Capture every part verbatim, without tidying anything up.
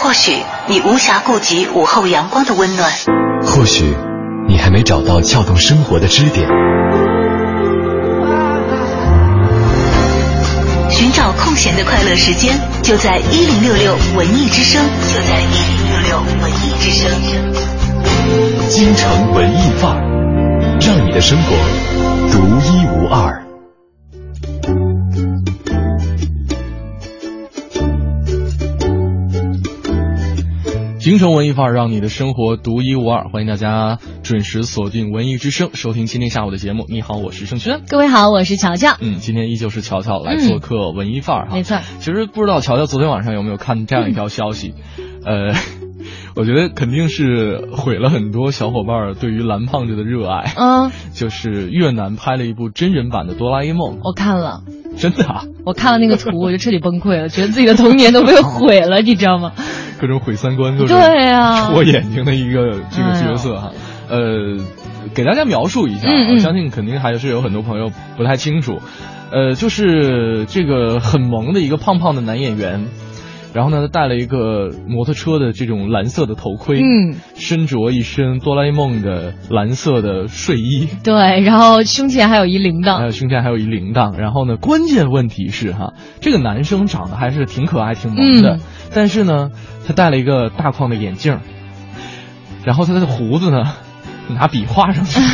或许你无暇顾及午后阳光的温暖， 或许你还没找到撬动生活的支点。 寻找空闲的快乐时间，就在一零六六文艺之声，就在一零六六文艺之声。 京城文艺范儿，让你的生活独一无二。 京城文艺范儿，让你的生活独一无二。欢迎大家准时锁定文艺之声，收听今天下午的节目。你好，我是盛轩。 各位好，我是乔乔。 嗯，今天依旧是乔乔来做客文艺范儿哈。 没错。 其实不知道乔乔昨天晚上有没有看这样一条消息，嗯、呃。我觉得肯定是毁了很多小伙伴对于蓝胖子的热爱。嗯，就是越南拍了一部真人版的哆啦 A 梦。 我看了。 真的啊？ 我看了那个图，我就彻底崩溃了，觉得自己的童年都被毁了，你知道吗？ 各种毁三观，各种对啊， 戳眼睛的一个这个角色哈。哎、呃，给大家描述一下，嗯嗯我相信肯定还是有很多朋友不太清楚。呃，就是这个很萌的一个胖胖的男演员。然后呢，他戴了一个摩托车的这种蓝色的头盔，嗯，身着一身哆啦 A 梦的蓝色的睡衣， 对，然后胸前还有一铃铛， 呃，胸前还有一铃铛。然后呢，关键问题是哈，这个男生长得还是挺可爱、挺萌的，嗯、但是呢，他戴了一个大框的眼镜，然后他的胡子呢，拿笔画上去。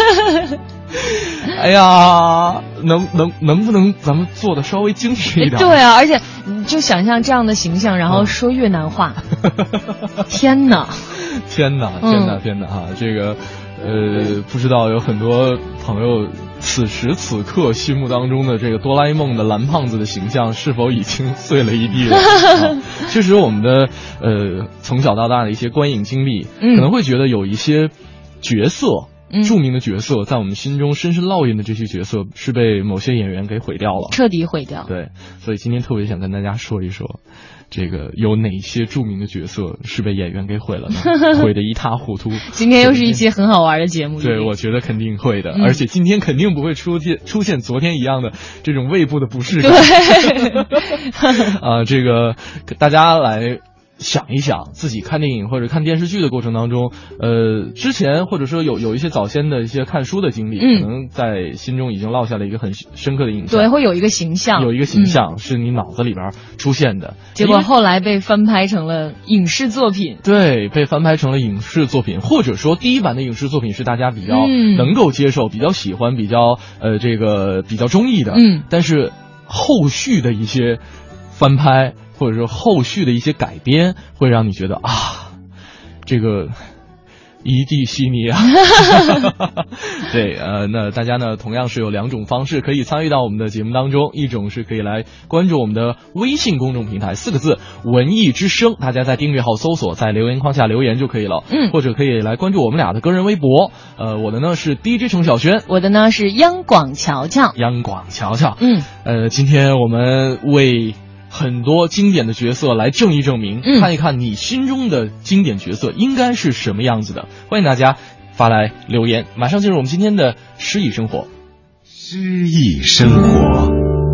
哎呀，能能能不能咱们做的稍微精致一点？ 对啊，而且就想象这样的形象，然后说越南话。嗯、天哪！ 天哪！天哪！天哪！哈、嗯，这个呃，不知道有很多朋友此时此刻心目当中的这个哆啦 A 梦的蓝胖子的形象是否已经碎了一地了？啊、确实，我们的呃从小到大的一些观影经历，嗯、可能会觉得有一些角色。著名的角色在我们心中深深烙印的这些角色是被某些演员给毁掉了， 彻底毁掉。 对，所以今天特别想跟大家说一说，这个有哪些著名的角色是被演员给毁了呢？毁得一塌糊涂。 今天又是一期很好玩的节目。 对，我觉得肯定会的，嗯、而且今天肯定不会出现出现昨天一样的这种胃部的不适感。对，啊、呃，这个大家来。想一想自己看电影或者看电视剧的过程当中，呃，之前或者说有有一些早先的一些看书的经历，嗯、可能在心中已经烙下了一个很深刻的印象。 对，会有一个形象， 有一个形象、嗯、是你脑子里边出现的， 结果后来被翻拍成了影视作品。 对，被翻拍成了影视作品，或者说第一版的影视作品是大家比较能够接受、嗯、比较喜欢、比较呃这个比较中意的。嗯，但是后续的一些翻拍。或者说后续的一些改编会让你觉得啊，这个一地稀泥啊。对，呃，那大家呢同样是有两种方式可以参与到我们的节目当中，一种是可以来关注我们的微信公众平台，四个字文艺之声，大家在订阅号搜索，在留言框下留言就可以了。嗯，或者可以来关注我们俩的个人微博，呃，我的呢是 D J 程小轩， 我的呢是央广乔乔， 央广乔乔。嗯，呃，今天我们为很多经典的角色来正一正名，嗯、看一看你心中的经典角色应该是什么样子的。欢迎大家发来留言，马上进入我们今天的诗意生活。 诗意生活，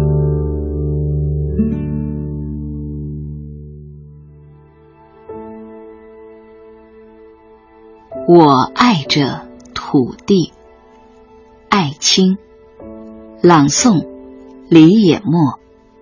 我爱着土地。艾青，朗诵李野墨。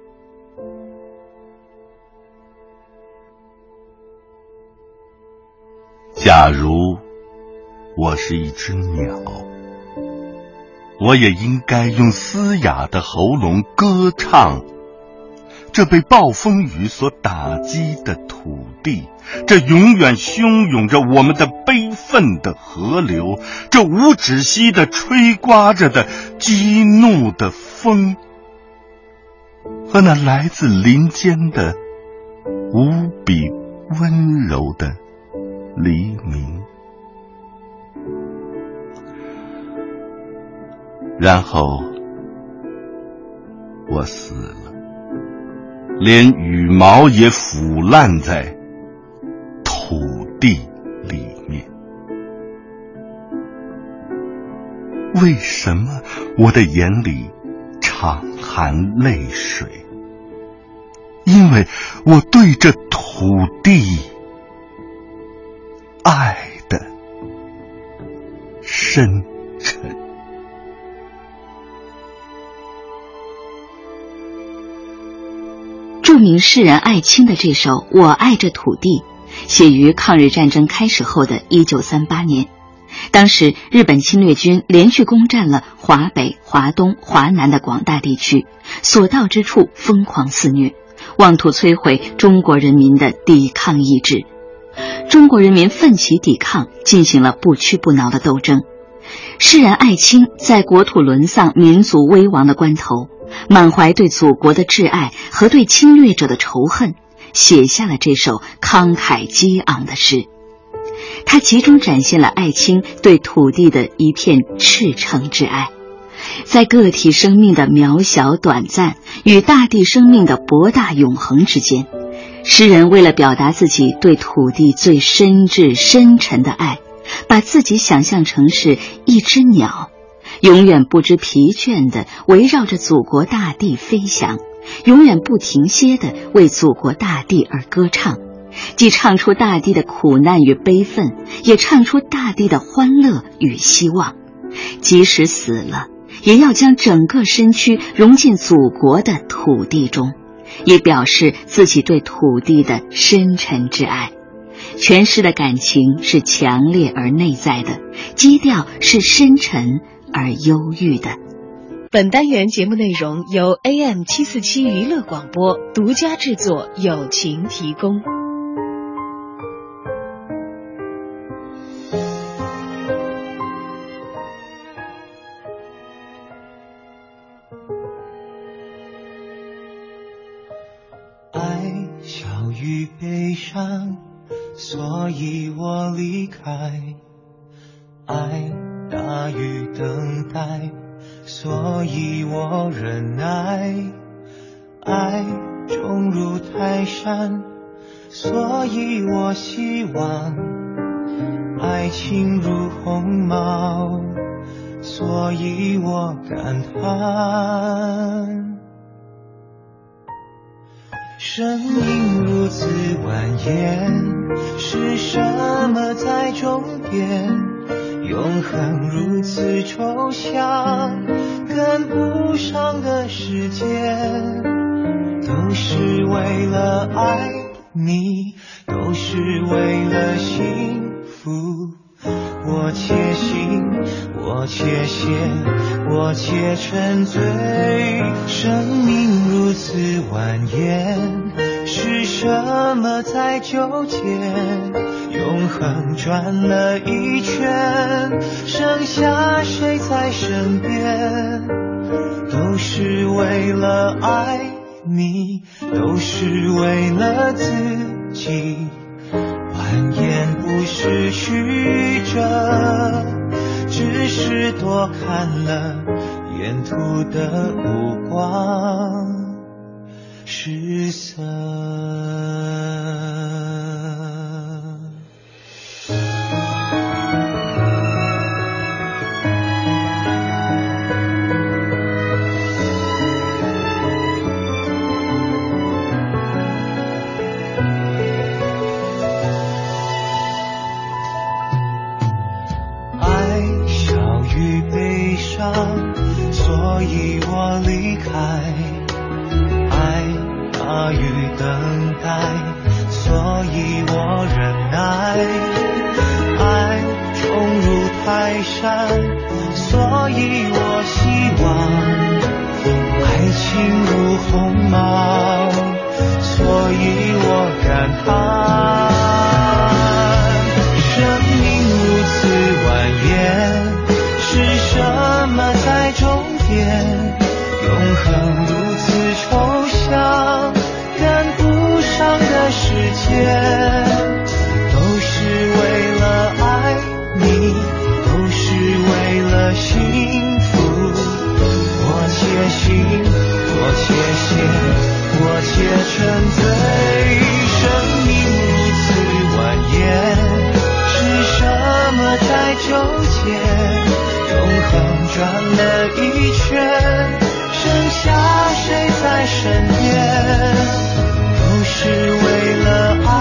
假如我是一只鸟，我也应该用嘶哑的喉咙歌唱这被暴风雨所打击的土地，这永远汹涌着我们的悲愤的河流，这无止息地吹刮着的激怒的风，和那来自林间的无比温柔的黎明。然后我死了，连羽毛也腐烂在土地里面。为什么我的眼里常含泪水？因为我对着土土地，爱的深沉。 著名诗人艾青的这首《我爱着土地》写于抗日战争开始后的一九三八年。当时日本侵略军连续攻占了华北、华东、华南的广大地区，所到之处疯狂肆虐，妄图摧毁中国人民的抵抗意志。中国人民奋起抵抗，进行了不屈不挠的斗争。诗人艾青在国土沦丧、民族危亡的关头，满怀对祖国的挚爱和对侵略者的仇恨，写下了这首慷慨激昂的诗。它集中展现了艾青对土地的一片赤诚之爱。在个体生命的渺小短暂与大地生命的博大永恒之间，诗人为了表达自己对土地最深挚深沉的爱，把自己想象成是一只鸟，永远不知疲倦地围绕着祖国大地飞翔，永远不停歇地为祖国大地而歌唱，既唱出大地的苦难与悲愤，也唱出大地的欢乐与希望。即使死了，也要将整个身躯融进祖国的土地中，也表示自己对土地的深沉之爱。全诗的感情是强烈而内在的，基调是深沉而忧郁的。 本单元节目内容由 A M 七四七娱乐广播独家制作，友情提供。 爱小于悲伤，所以我离开。爱大于等待，所以我忍耐。爱重如泰山，所以我希望。爱情如鸿毛，所以我感叹。生命如此蜿蜒，是什么在终点？永恒如此抽象，跟不上的世界，都是为了爱你，都是为了幸福。我且行，我且歇，我且沉醉。生命如此蜿蜒，是什么在纠结？永恒转了一圈，剩下谁在身边？都是为了爱你，都是为了自己。蜿蜒不是曲折，只是多看了沿途的五光十色。所以我离开，爱大于等待，所以我忍耐。爱重如泰山，所以我希望。爱情如鸿毛，所以我感叹。生命如此蜿蜒，是什么在终点？永恒如此抽象，赶不上的世界，都是为了爱你，都是为了幸福。我且行，我且歇，我且沉醉。生命如此蜿蜒，是什么在纠结？永恒转了一圈，剩下谁在身边？都是为了爱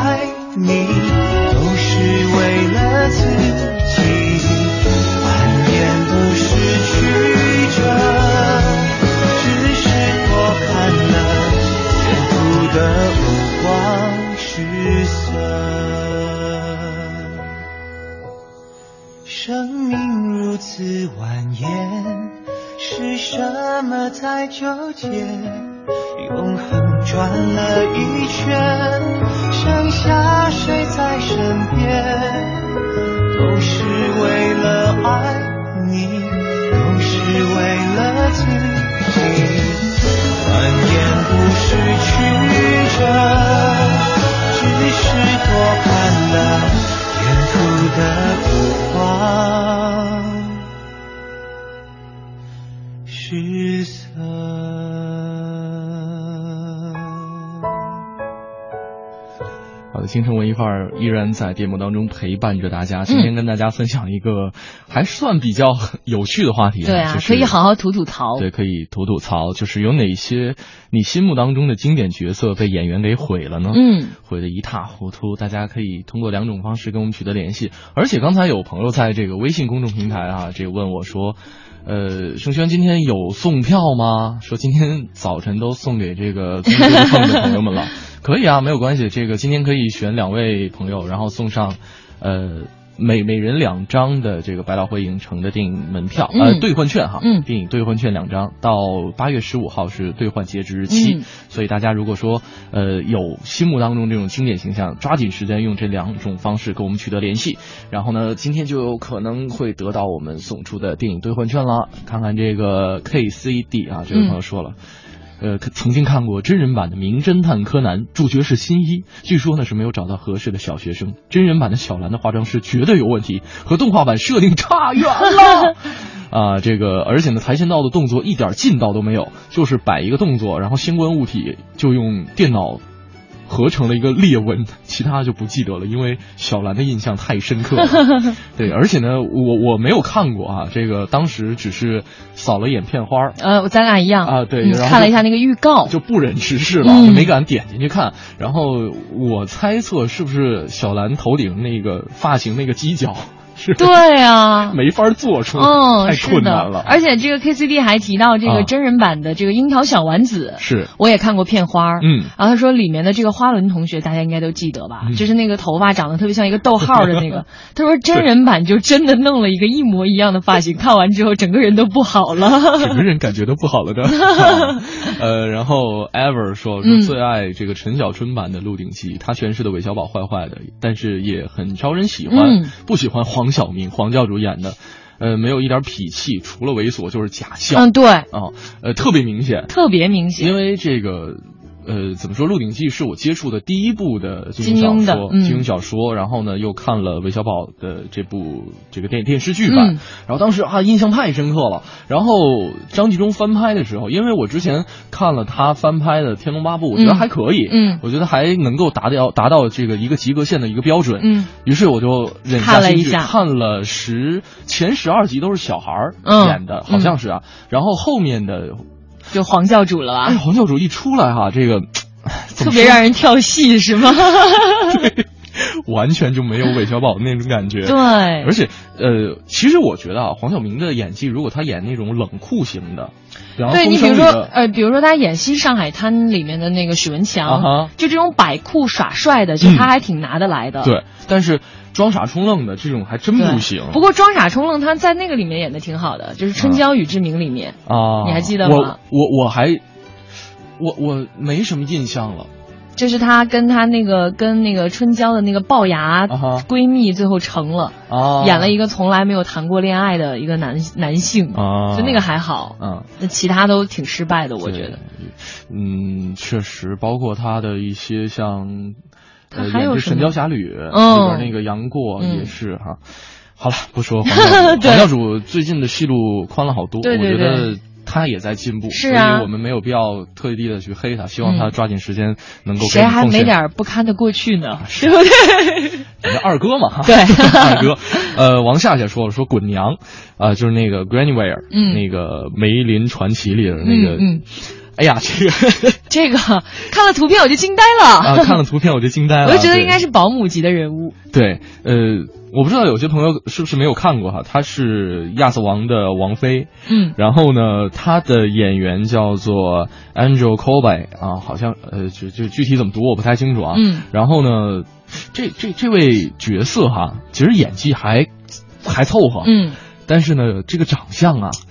什么在纠结？永恒转了一圈，剩下谁在身边？都是为了爱你，都是为了自己。转眼不是曲折，只是多看了沿途的浮华失色。 好的，京城文艺范儿依然在节目当中陪伴着大家。今天跟大家分享一个还算比较有趣的话题， 对啊， 就是、 可以好好吐吐槽。 对，可以吐吐槽，就是有哪些你心目当中的经典角色被演员给毁了呢？嗯，毁得一塌糊涂。大家可以通过两种方式跟我们取得联系。而且刚才有朋友在这个微信公众平台啊，这个问我说，呃，盛轩今天有送票吗？说今天早晨都送给这个综艺碰的朋友们了。可以啊，没有关系。这个今天可以选两位朋友，然后送上，呃，每每人两张的这个百老汇影城的电影门票，嗯、呃，兑换券哈，嗯，电影兑换券两张，到八月十五号是兑换截止日期。嗯、所以大家如果说呃有心目当中这种经典形象，抓紧时间用这两种方式跟我们取得联系，然后呢，今天就有可能会得到我们送出的电影兑换券了。看看这个 K C D 啊，这位朋友说了。嗯呃，曾经看过真人版的《名侦探柯南》，主角是新一，据说呢是没有找到合适的小学生。真人版的小兰的化妆师绝对有问题，和动画版设定差远了。啊、呃，这个而且呢，跆拳道的动作一点劲道都没有，就是摆一个动作，然后相关物体就用电脑合成了一个裂纹，其他就不记得了，因为小兰的印象太深刻了。对，而且呢，我我没有看过啊，这个当时只是扫了眼片花。 呃，咱俩一样啊，对， 嗯、 然后看了一下那个预告， 就不忍直视了，嗯、没敢点进去看。然后我猜测是不是小兰头顶那个发型那个犄角。 对啊， 没法做出来， 嗯， 太困难了。 而且这个 K C D 还提到这个真人版的这个樱桃小丸子， 啊、是， 我也看过片花， 嗯， 然后他说里面的这个花轮同学，大家应该都记得吧？嗯、就是那个头发长得特别像一个逗号的那个，他说真人版就真的弄了一个一模一样的发型，看完之后整个人都不好了， 整个人感觉都不好了的。呃，然后 Ever 说说最爱这个陈小春版的《鹿鼎记》，他诠释的韦小宝坏坏的，但是也很招人喜欢，嗯、不喜欢黄晓明黄教主演的。呃，没有一点痞气，除了猥琐就是假笑。 嗯，对， 啊、哦，呃，特别明显， 特别明显。 因为这个，呃，怎么说，《鹿鼎记》是我接触的第一部的金庸小说，金庸、嗯、小说。然后呢，又看了韦小宝的这部这个电电视剧版，嗯、然后当时啊，印象太深刻了。然后张纪中翻拍的时候，因为我之前看了他翻拍的《天龙八部》，我觉得还可以，嗯，我觉得还能够达到达到这个一个及格线的一个标准，嗯。于是我就忍下心去看了十前十二集都是小孩演的，嗯、好像是啊。然后后面的。 就黄教主了吧？ 哎，黄教主一出来哈，这个特别让人跳戏是吗？ 对，完全就没有韦小宝的那种感觉。 对， 而且呃，其实我觉得啊，黄晓明的演技，如果他演那种冷酷型的， 对你比如说呃，比如说他演《新上海滩》里面的那个许文强，啊、就这种摆酷耍帅的，就他还挺拿得来的。 嗯、对，但是。装傻充愣的这种还真不行。 不过装傻充愣他在那个里面演的挺好的，就是《春娇与志明》里面啊， 你还记得吗？ 我我我还我我没什么印象了。 就是他跟他那个跟那个春娇的那个龅牙闺蜜最后成了，啊、演了一个从来没有谈过恋爱的一个男男性，啊、就那个还好，啊、那其他都挺失败的，我觉得。 嗯，确实，包括他的一些像。 他还有 《神雕侠侣》 嗯、 里边那个杨过也是哈。嗯、好了，不说黄教主，黄教主最近的戏路宽了好多， 对对对， 我觉得他也在进步， 是啊， 所以我们没有必要特地的去黑他，希望他抓紧时间能够给谁还没点不堪的过去呢？ 对不对？咱们二哥嘛， 对， 二哥。呃，王夏夏说了，说滚娘啊、呃，就是那个 Grannyweir，嗯，那个梅林传奇里的那个， 嗯。嗯哎呀，这个这个看了图片我就惊呆了啊！看了图片我就惊呆了， 我就觉得应该是保姆级的人物。 对，呃，我不知道有些朋友是不是没有看过哈，他是亚瑟王的王妃，嗯，然后呢，他的演员叫做 Angel Colby 啊，好像呃，就就具体怎么读我不太清楚啊，嗯，然后呢，这这这位角色哈，其实演技还还凑合，嗯。但是呢，这个长相啊，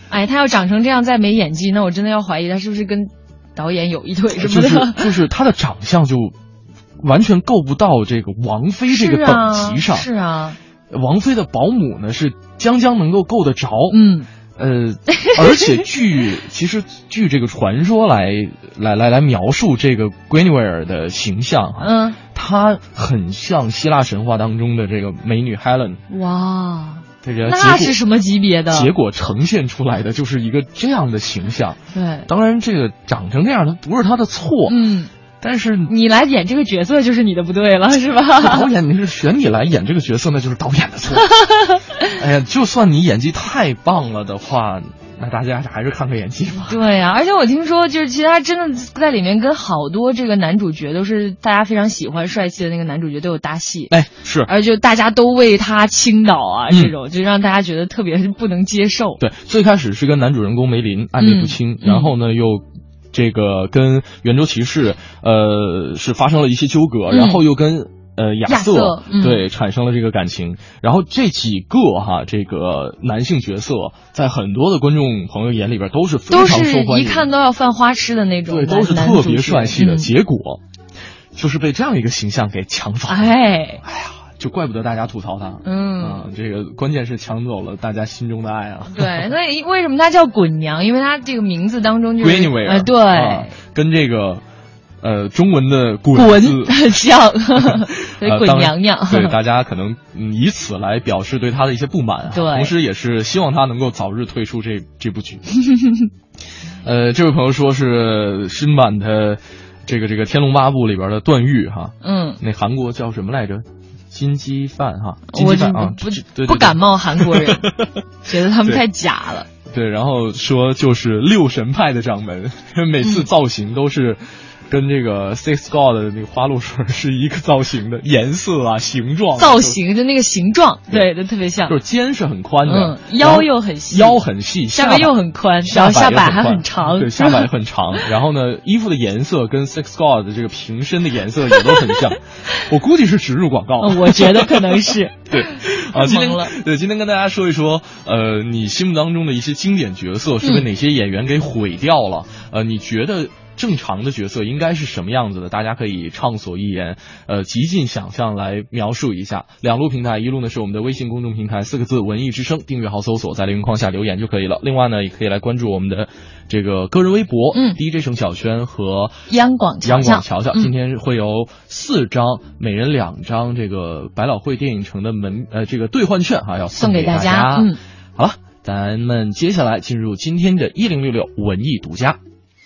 哎，他要长成这样再没演技，那我真的要怀疑他是不是跟导演有一腿什么的。 就是就是他的长相就完全够不到这个王菲这个等级上。 是啊， 是啊，王菲的保姆呢是将将能够够得着。 嗯。 呃，而且据其实据这个传说来来来来描述这个圭妮维尔的形象啊， 嗯， 她很像希腊神话当中的这个美女 Helen。 哇， 这个那是什么级别的？ 结果呈现出来的就是一个这样的形象。 对， 当然这个长成这样，它不是她的错。 嗯。 但是你来演这个角色就是你的不对了，是吧？ 导演，你是选你来演这个角色，那就是导演的错。哎呀，就算你演技太棒了的话，那大家还是看看演技吧。 对呀、啊，而且我听说，就是其实他真的在里面跟好多这个男主角都是大家非常喜欢、帅气的那个男主角都有搭戏。 哎，是， 而且大家都为他倾倒啊，嗯、这种就让大家觉得特别不能接受。 对，最开始是跟男主人公梅林暧昧不清，嗯、然后呢又。这个跟圆桌骑士呃是发生了一些纠葛，嗯、然后又跟呃亚瑟, 亚瑟、嗯、对产生了这个感情，然后这几个哈这个男性角色在很多的观众朋友眼里边都是非常受欢迎， 一看都要犯花痴的那种， 对，都是特别帅气的，嗯、结果就是被这样一个形象给抢走了。 哎， 哎呀。就怪不得大家吐槽他， 嗯、 啊，这个关键是抢走了大家心中的爱啊。 对，所以为什么他叫滚娘？因为他这个名字当中就是圭妮维尔， 呃，对、 啊，跟这个呃中文的滚滚很像，所以滚娘娘。 呃、对，大家可能嗯以此来表示对他的一些不满啊， 对， 同时也是希望他能够早日退出这这部剧。呃，这位朋友说是新版的这个这个《天龙八部》里边的段誉哈， 嗯， 那韩国叫什么来着？金鸡饭哈，金鸡饭啊， 不对对对不感冒韩国人，觉得他们太假了。 对，然后说就是六神派的掌门，每次造型都是跟这个 Six God 的那个花露水是一个造型的，颜色啊、形状、 造型的那个形状，对，都特别像。 就是肩是很宽的， 嗯，腰又很细， 腰很细， 下巴又很宽，然后下摆还很长， 对，下摆很长。然后呢，衣服的颜色跟 Six God 的这个瓶身的颜色也都很像。我估计是植入广告， 嗯、我觉得可能是。 对，啊，今天对今天跟大家说一说，呃，你心目当中的一些经典角色是被哪些演员给毁掉了？嗯、呃，你觉得？正常的角色应该是什么样子的？大家可以畅所欲言，呃，极尽想象来描述一下。两路平台，一路呢是我们的微信公众平台，四个字“文艺之声”，订阅号搜索，在留言框下留言就可以了。另外呢，也可以来关注我们的这个个人微博， 嗯 ，D J 盛小轩和央广央广乔乔。 嗯、 今天会有四张，每人两张这个百老汇电影城的门呃这个兑换券哈，要送给大家。嗯， 好了，咱们接下来进入今天的一零六六文艺独家。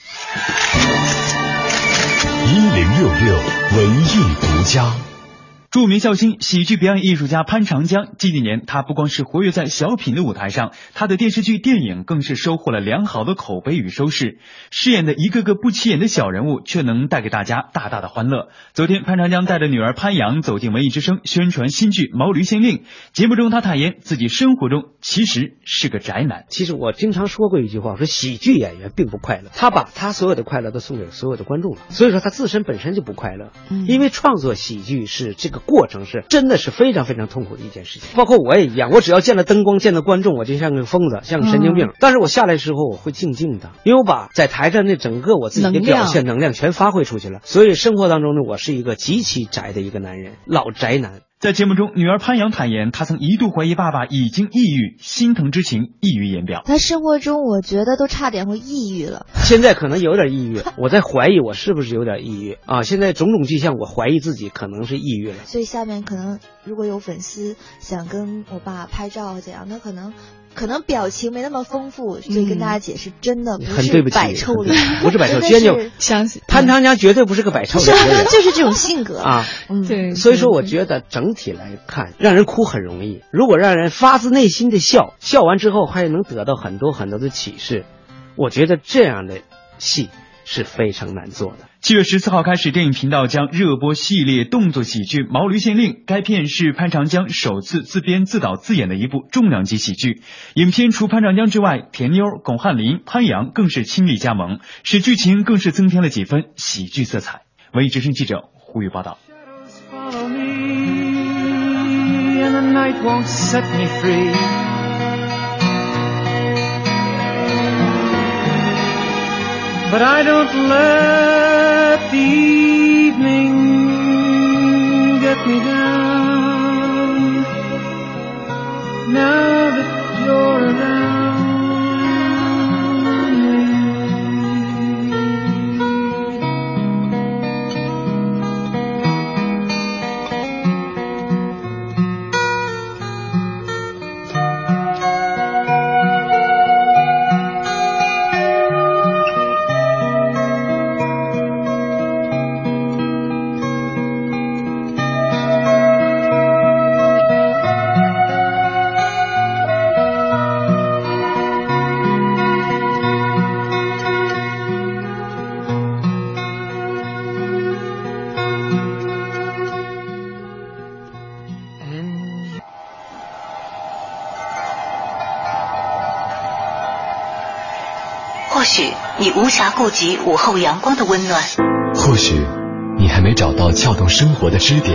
一零六六文艺独家。 著名笑星、喜剧表演艺术家潘长江，近几年他不光是活跃在小品的舞台上，他的电视剧、电影更是收获了良好的口碑与收视。饰演的一个个不起眼的小人物，却能带给大家大大的欢乐。昨天，潘长江带着女儿潘阳走进文艺之声，宣传新剧《毛驴县令》。节目中，他坦言自己生活中其实是个宅男。 其实我经常说过一句话，说喜剧演员并不快乐，他把他所有的快乐都送给所有的观众了，所以说他自身本身就不快乐。嗯，因为创作喜剧是这个过程是真的是非常非常痛苦的一件事情，包括我也一样，我只要见了灯光，见到观众，我就像个疯子，像个神经病。嗯、但是我下来之后，我会静静的，因为我把在台上那整个我自己的表现能量全发挥出去了。所以生活当中呢，我是一个极其宅的一个男人，老宅男。 在节目中，女儿潘阳坦言，她曾一度怀疑爸爸已经抑郁，心疼之情溢于言表。 他生活中，我觉得都差点会抑郁了。 现在可能有点抑郁，我在怀疑我是不是有点抑郁啊？现在种种迹象，我怀疑自己可能是抑郁了。 所以下面可能如果有粉丝想跟我爸拍照怎样，他可能。可能表情没那么丰富，所以跟大家解释，真的不是摆臭脸， 不是摆臭，今天就相信潘长江绝对不是个摆臭脸的人， 就是这种性格啊。 嗯，对。 所以说，我觉得整体来看，让人哭很容易，如果让人发自内心的笑，笑完之后还能得到很多很多的启示，我觉得这样的戏是非常难做的。 七月十四号开始，电影频道将热播系列动作喜剧《毛驴县令》。该片是潘长江首次自编自导自演的一部重量级喜剧。影片除潘长江之外，田妞、巩汉林、潘阳更是倾力加盟，使剧情更是增添了几分喜剧色彩。文艺之声记者胡宇报道。 But I don't let the evening get me down. Now that you're around. 或许你无暇顾及午后阳光的温暖， 或许你还没找到撬动生活的支点。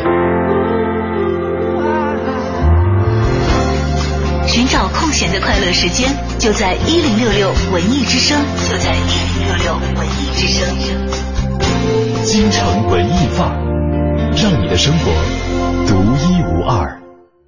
寻找空闲的快乐时间，就在一零六六文艺之声，就在一零六六文艺之声。 京城文艺范儿，让你的生活独一无二。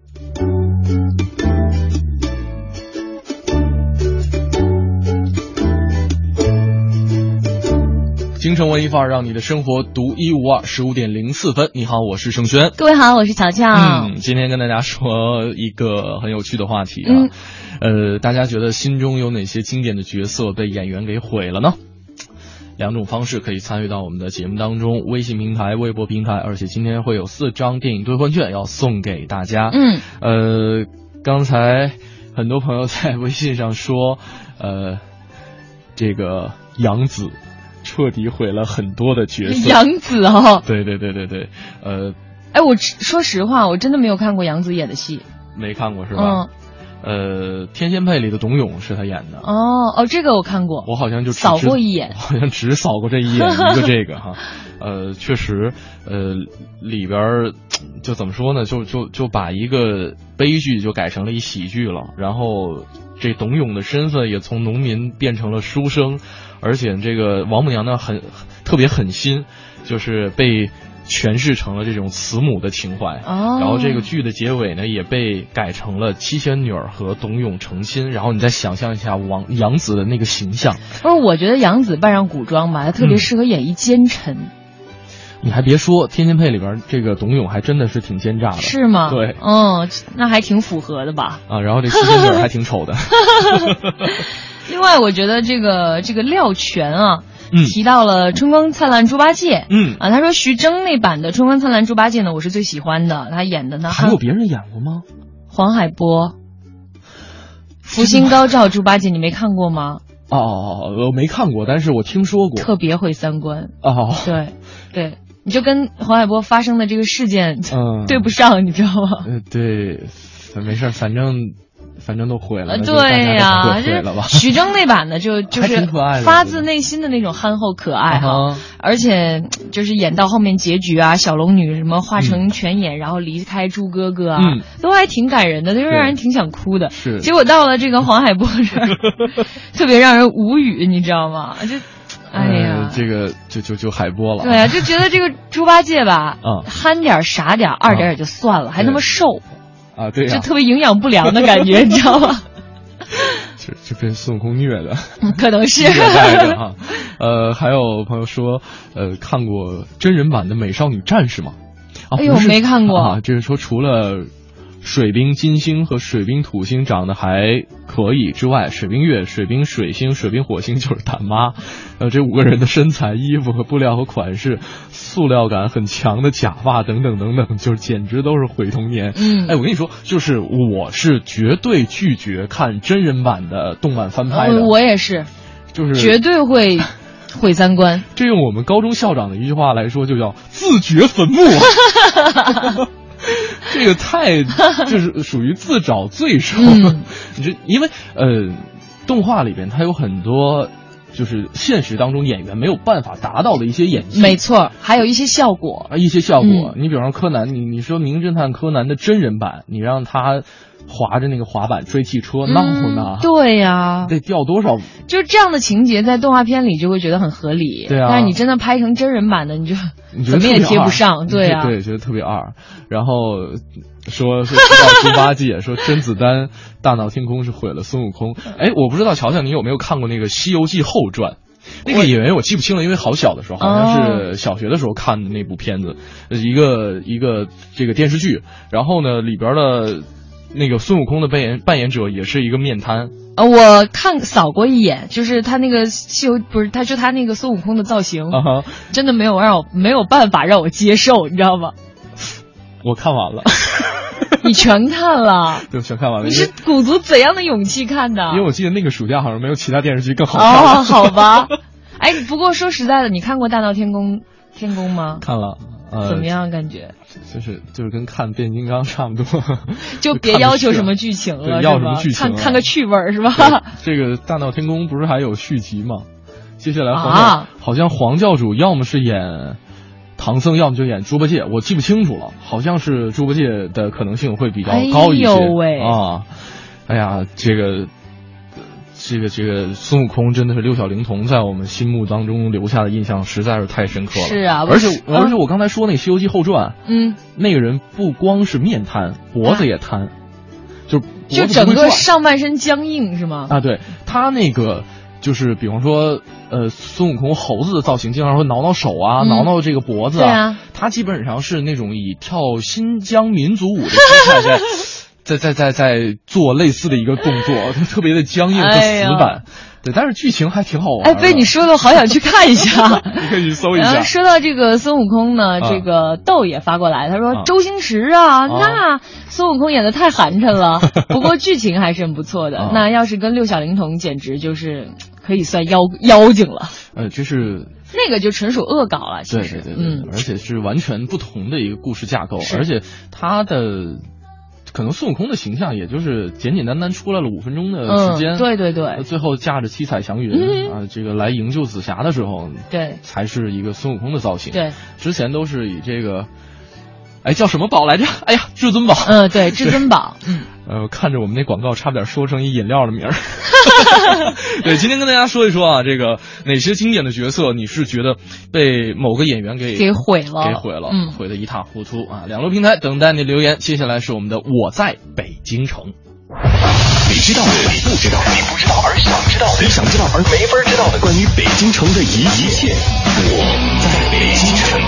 京城文艺范儿，让你的生活独一无二。十五点零四分，你好，我是盛轩。 各位好，我是乔乔。 嗯，今天跟大家说一个很有趣的话题啊。嗯、呃，大家觉得心中有哪些经典的角色被演员给毁了呢？两种方式可以参与到我们的节目当中，微信平台、微博平台，而且今天会有四张电影兑换券要送给大家。 嗯， 呃，刚才很多朋友在微信上说，呃，这个杨紫彻底毁了很多的角色。 杨紫哦， 对对对对对，呃， 哎，我说实话，我真的没有看过杨紫演的戏。 没看过是吧？嗯。呃，天仙配里的董永是他演的。 哦哦，这个我看过， 我好像就扫过一眼， 好像只扫过这一眼，一个这个哈。呃，确实，呃，里边就怎么说呢，就就就把一个悲剧就改成了一喜剧了，然后这董永的身份也从农民变成了书生，而且这个王母娘娘很特别狠心，就是被诠释成了这种慈母的情怀。 哦， 然后这个剧的结尾呢也被改成了七仙女儿和董永成亲，然后你再想象一下王杨紫的那个形象。 不是，我觉得杨紫扮上古装吧，她特别适合演一奸臣。嗯， 你还别说，天仙配里边这个董永还真的是挺奸诈的。 是吗？ 对， 嗯，那还挺符合的吧。 啊，然后这七仙女儿还挺丑的。 另外我觉得这个这个廖全啊， 嗯， 提到了《春光灿烂猪八戒》。 嗯啊，他说徐峥那版的《春光灿烂猪八戒》呢，我是最喜欢的，他演的呢。 还有别人演过吗？ 黄海波，福星高照猪八戒，你没看过吗？ 哦哦哦，我没看过，但是我听说过。 特别会三观。 哦， 对对，你就跟黄海波发生的这个事件，嗯，对不上，你知道吗？ 呃，对，没事，反正。反正都毁了， 对呀、啊， 毁了吧？ 徐峥那版的就就是发自内心的那种憨厚可爱哈，而且就是演到后面结局啊，小龙女什么化成泉眼，嗯、然后离开猪哥哥啊， 嗯、 都还挺感人的，就让人挺想哭的。 是， 结果到了这个黄海波这儿，特别让人无语，你知道吗？就。哎呀， 呃、这个就就就海波了。 对啊，就觉得这个猪八戒吧， 嗯， 憨点傻点二点也就算了，嗯、还那么瘦。 啊，对呀、啊， 就特别营养不良的感觉，你知道吗？ 就就被孙悟空虐的， 可能是。 的哈，呃，还有朋友说，呃，看过真人版的《美少女战士》吗？啊， 哎呦，没看过啊。就是说，除了水冰金星和水冰土星长得还可以之外，水冰月、水冰水星、水冰火星就是他妈。呃，这五个人的身材、衣服和布料和款式，塑料感很强的假发等等等等，就是简直都是毁童年。 嗯， 哎，我跟你说，就是我是绝对拒绝看真人版的动漫翻拍的。 呃、我也是， 就是绝对会毁三观。 这用我们高中校长的一句话来说，就叫自掘坟墓。这个太就是属于自找罪受。 嗯、 你这因为呃，动画里边它有很多。就是现实当中演员没有办法达到的一些演技， 没错，还有一些效果啊，一些效果。嗯、你比方说柯南，你你说《名侦探柯南》的真人版，你让他划着那个滑板追汽车闹呢。 嗯、对呀， 得掉多少？ 就这样的情节在动画片里就会觉得很合理。 对啊， 但是你真的拍成真人版的，你就怎么也贴不上。对啊， 对，觉得特别二。然后说说到猪八戒，说甄子丹大闹天宫是毁了孙悟空。哎，我不知道乔乔你有没有看过那个《西游记后传》？那个演员我记不清了，因为好小的时候，好像是小学的时候看的那部片子，哦、一个一个这个电视剧。然后呢，里边的那个孙悟空的扮演扮演者也是一个面瘫。 呃，我看扫过一眼，就是他那个西游不是，他就他那个孙悟空的造型，uh-huh. 真的没有让我没有办法让我接受，你知道吗？ 我看完了。 你全看了？ 对，全看完了。 你是鼓足怎样的勇气看的？ 因为我记得那个暑假好像没有其他电视剧更好看。 哦，好吧。哎，不过说实在的，你看过《大闹天宫》天宫吗？ 看了。呃， 怎么样感觉？ 就是就是跟看变形金刚差不多。 就别要求什么剧情了， 要什么剧情、啊？ 看看个趣味是吧？ 这个《大闹天宫》不是还有续集吗？接下来黄教、啊、好像黄教主要么是演唐僧，要么就演猪八戒，我记不清楚了，好像是猪八戒的可能性会比较高一些。 哎呦喂啊！哎呀，这个这个这个孙悟空真的是六小龄童在我们心目当中留下的印象实在是太深刻了。 是啊， 而且、嗯、而且我刚才说那个《西游记后传》， 嗯， 那个人不光是面瘫，脖子也瘫，啊、就就整个上半身僵硬是吗？ 啊，对他那个。就是比方说，呃，孙悟空猴子的造型，经常会挠挠手啊， 嗯、 挠挠这个脖子啊。对啊， 他基本上是那种以跳新疆民族舞的姿态在在在在在做类似的一个动作，特别的僵硬和死板。哎、对，但是剧情还挺好玩。 哎，被你说的，我好想去看一下。 你可以去搜一下。 然后说到这个孙悟空呢，这个豆也发过来，他说、啊、周星驰啊，啊那孙悟空演的太寒碜了。不过剧情还是很不错的。啊、那要是跟六小龄童，简直就是。可以算妖妖精了， 呃，就是那个就纯属恶搞了，其实， 对对对， 嗯， 而且是完全不同的一个故事架构，而且他的可能孙悟空的形象也就是简简单单出来了五分钟的时间， 嗯、对对对， 最后驾着七彩祥云、嗯、啊，这个来营救紫霞的时候， 对， 才是一个孙悟空的造型， 对， 之前都是以这个。哎，叫什么宝来着？哎呀，至尊宝。 嗯，对，至尊宝。嗯， 呃，看着我们那广告，差点说成一饮料的名儿。对，今天跟大家说一说啊，这个哪些经典的角色，你是觉得被某个演员给给毁了， 给毁了， 嗯， 毁得一塌糊涂啊！两路平台等待你留言。接下来是我们的我在北京城。 你知道的，你不知道的，你不知道而想知道的，你想知道而没法知道的，关于北京城的一一切，我在北京城。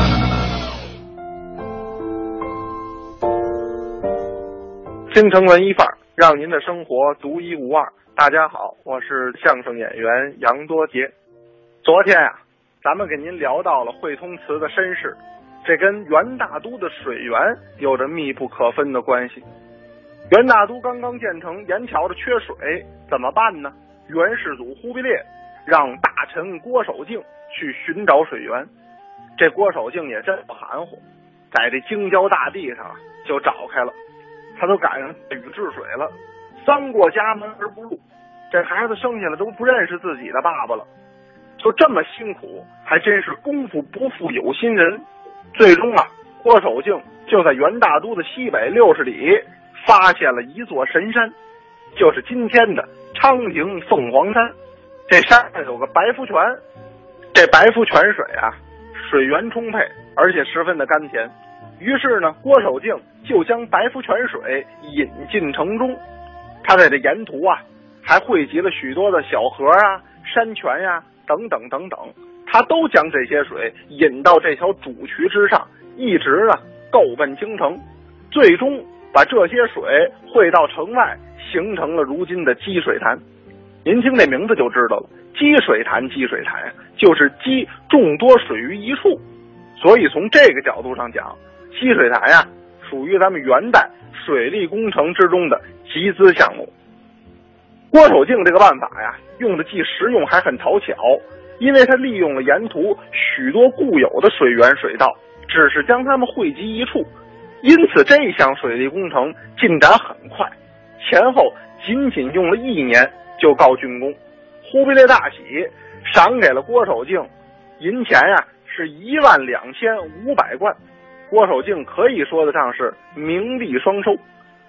京城文艺范儿，让您的生活独一无二。大家好，我是相声演员杨多杰。昨天呀、啊，咱们给您聊到了汇通祠的身世，这跟元大都的水源有着密不可分的关系。元大都刚刚建成，盐桥的缺水，怎么办呢？元世祖忽必烈让大臣郭守敬去寻找水源。这郭守敬也真不含糊，在这京郊大地上就找开了。他都赶上禹治水了，三过家门而不入，这孩子生下来都不认识自己的爸爸了，就这么辛苦，还真是功夫不负有心人。最终啊，郭守敬就在元大都的西北六十里发现了一座神山，就是今天的昌平凤凰山。这山上有个白福泉，这白福泉水啊，水源充沛，而且十分的甘甜。于是呢，郭守敬就将白福泉水引进城中。他在这沿途啊，还汇集了许多的小河啊、山泉呀、啊、等等等等，他都将这些水引到这条主渠之上，一直呢够奔京城，最终把这些水汇到城外，形成了如今的积水潭。您听这名字就知道了，积水潭，积水潭就是积众多水于一处。所以从这个角度上讲，积水潭呀，属于咱们元代水利工程之中的集资项目。郭守敬这个办法呀，用的既实用还很讨巧，因为他利用了沿途许多固有的水源水道，只是将它们汇集一处，因此这项水利工程进展很快，前后仅仅用了一年就告竣工。忽必烈大喜，赏给了郭守敬银钱呀，是一万两千五百贯。郭守敬可以说得上是名利双收。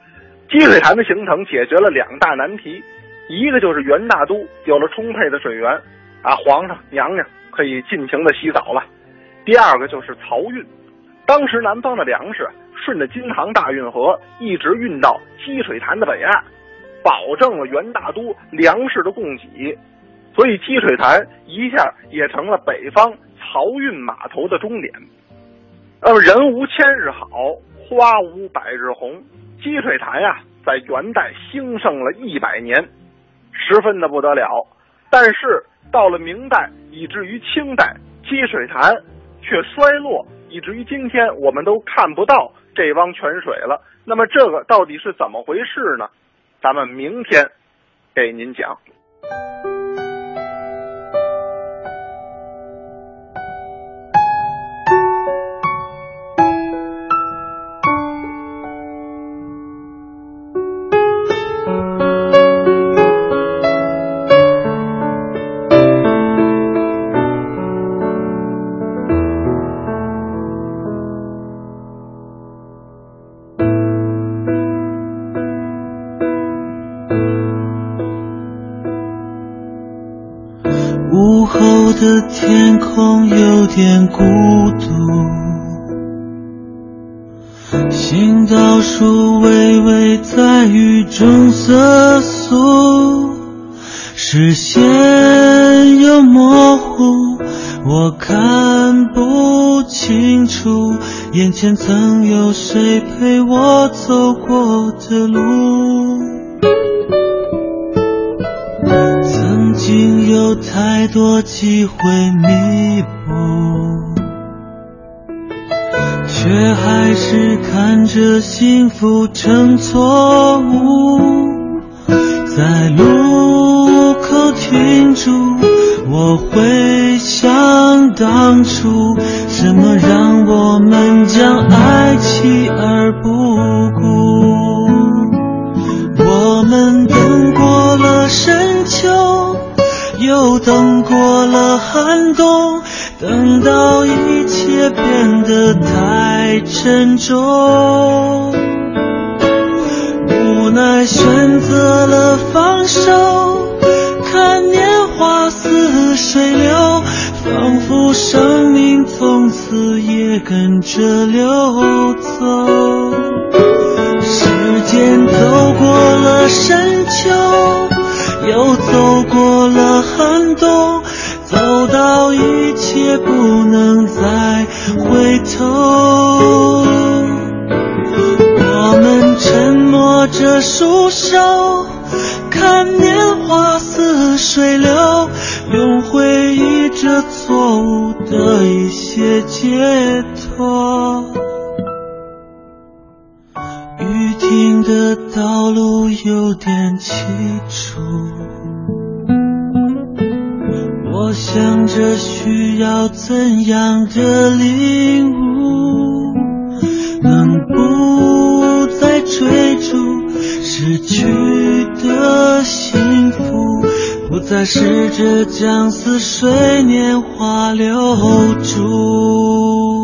积水潭的形成解决了两大难题，一个就是元大都有了充沛的水源，啊，皇上娘娘可以尽情的洗澡了。第二个就是漕运，当时南方的粮食顺着京杭大运河一直运到积水潭的北岸，保证了元大都粮食的供给，所以积水潭一下也成了北方漕运码头的终点。那么人无千日好，花无百日红，积水潭呀，在元代兴盛了一百年，十分的不得了。但是到了明代以至于清代，积水潭却衰落，以至于今天我们都看不到这汪泉水了。那么这个到底是怎么回事呢？咱们明天给您讲。 的天空有点孤独，行道树微微在雨中瑟缩，视线又模糊，我看不清楚眼前曾有谁陪我走过的路。曾经有太多机会弥补，却还是看着幸福成错误。在路口停住，我会想当初，什么让我们将爱弃而不顾。我们等过了深秋，又等过了寒冬，等到一切变得太沉重，无奈选择了放手，看年华似水流，仿佛生命从此也跟着流走。时间走过了深秋，又走过了寒冬，走到一切不能再回头。我们沉默着束手，看年华似水流，用回忆着错误的一些解脱。雨停的道路有点凄楚，我想着需要怎样的领悟，能不再追逐失去的幸福，不再试着将似水年华留住。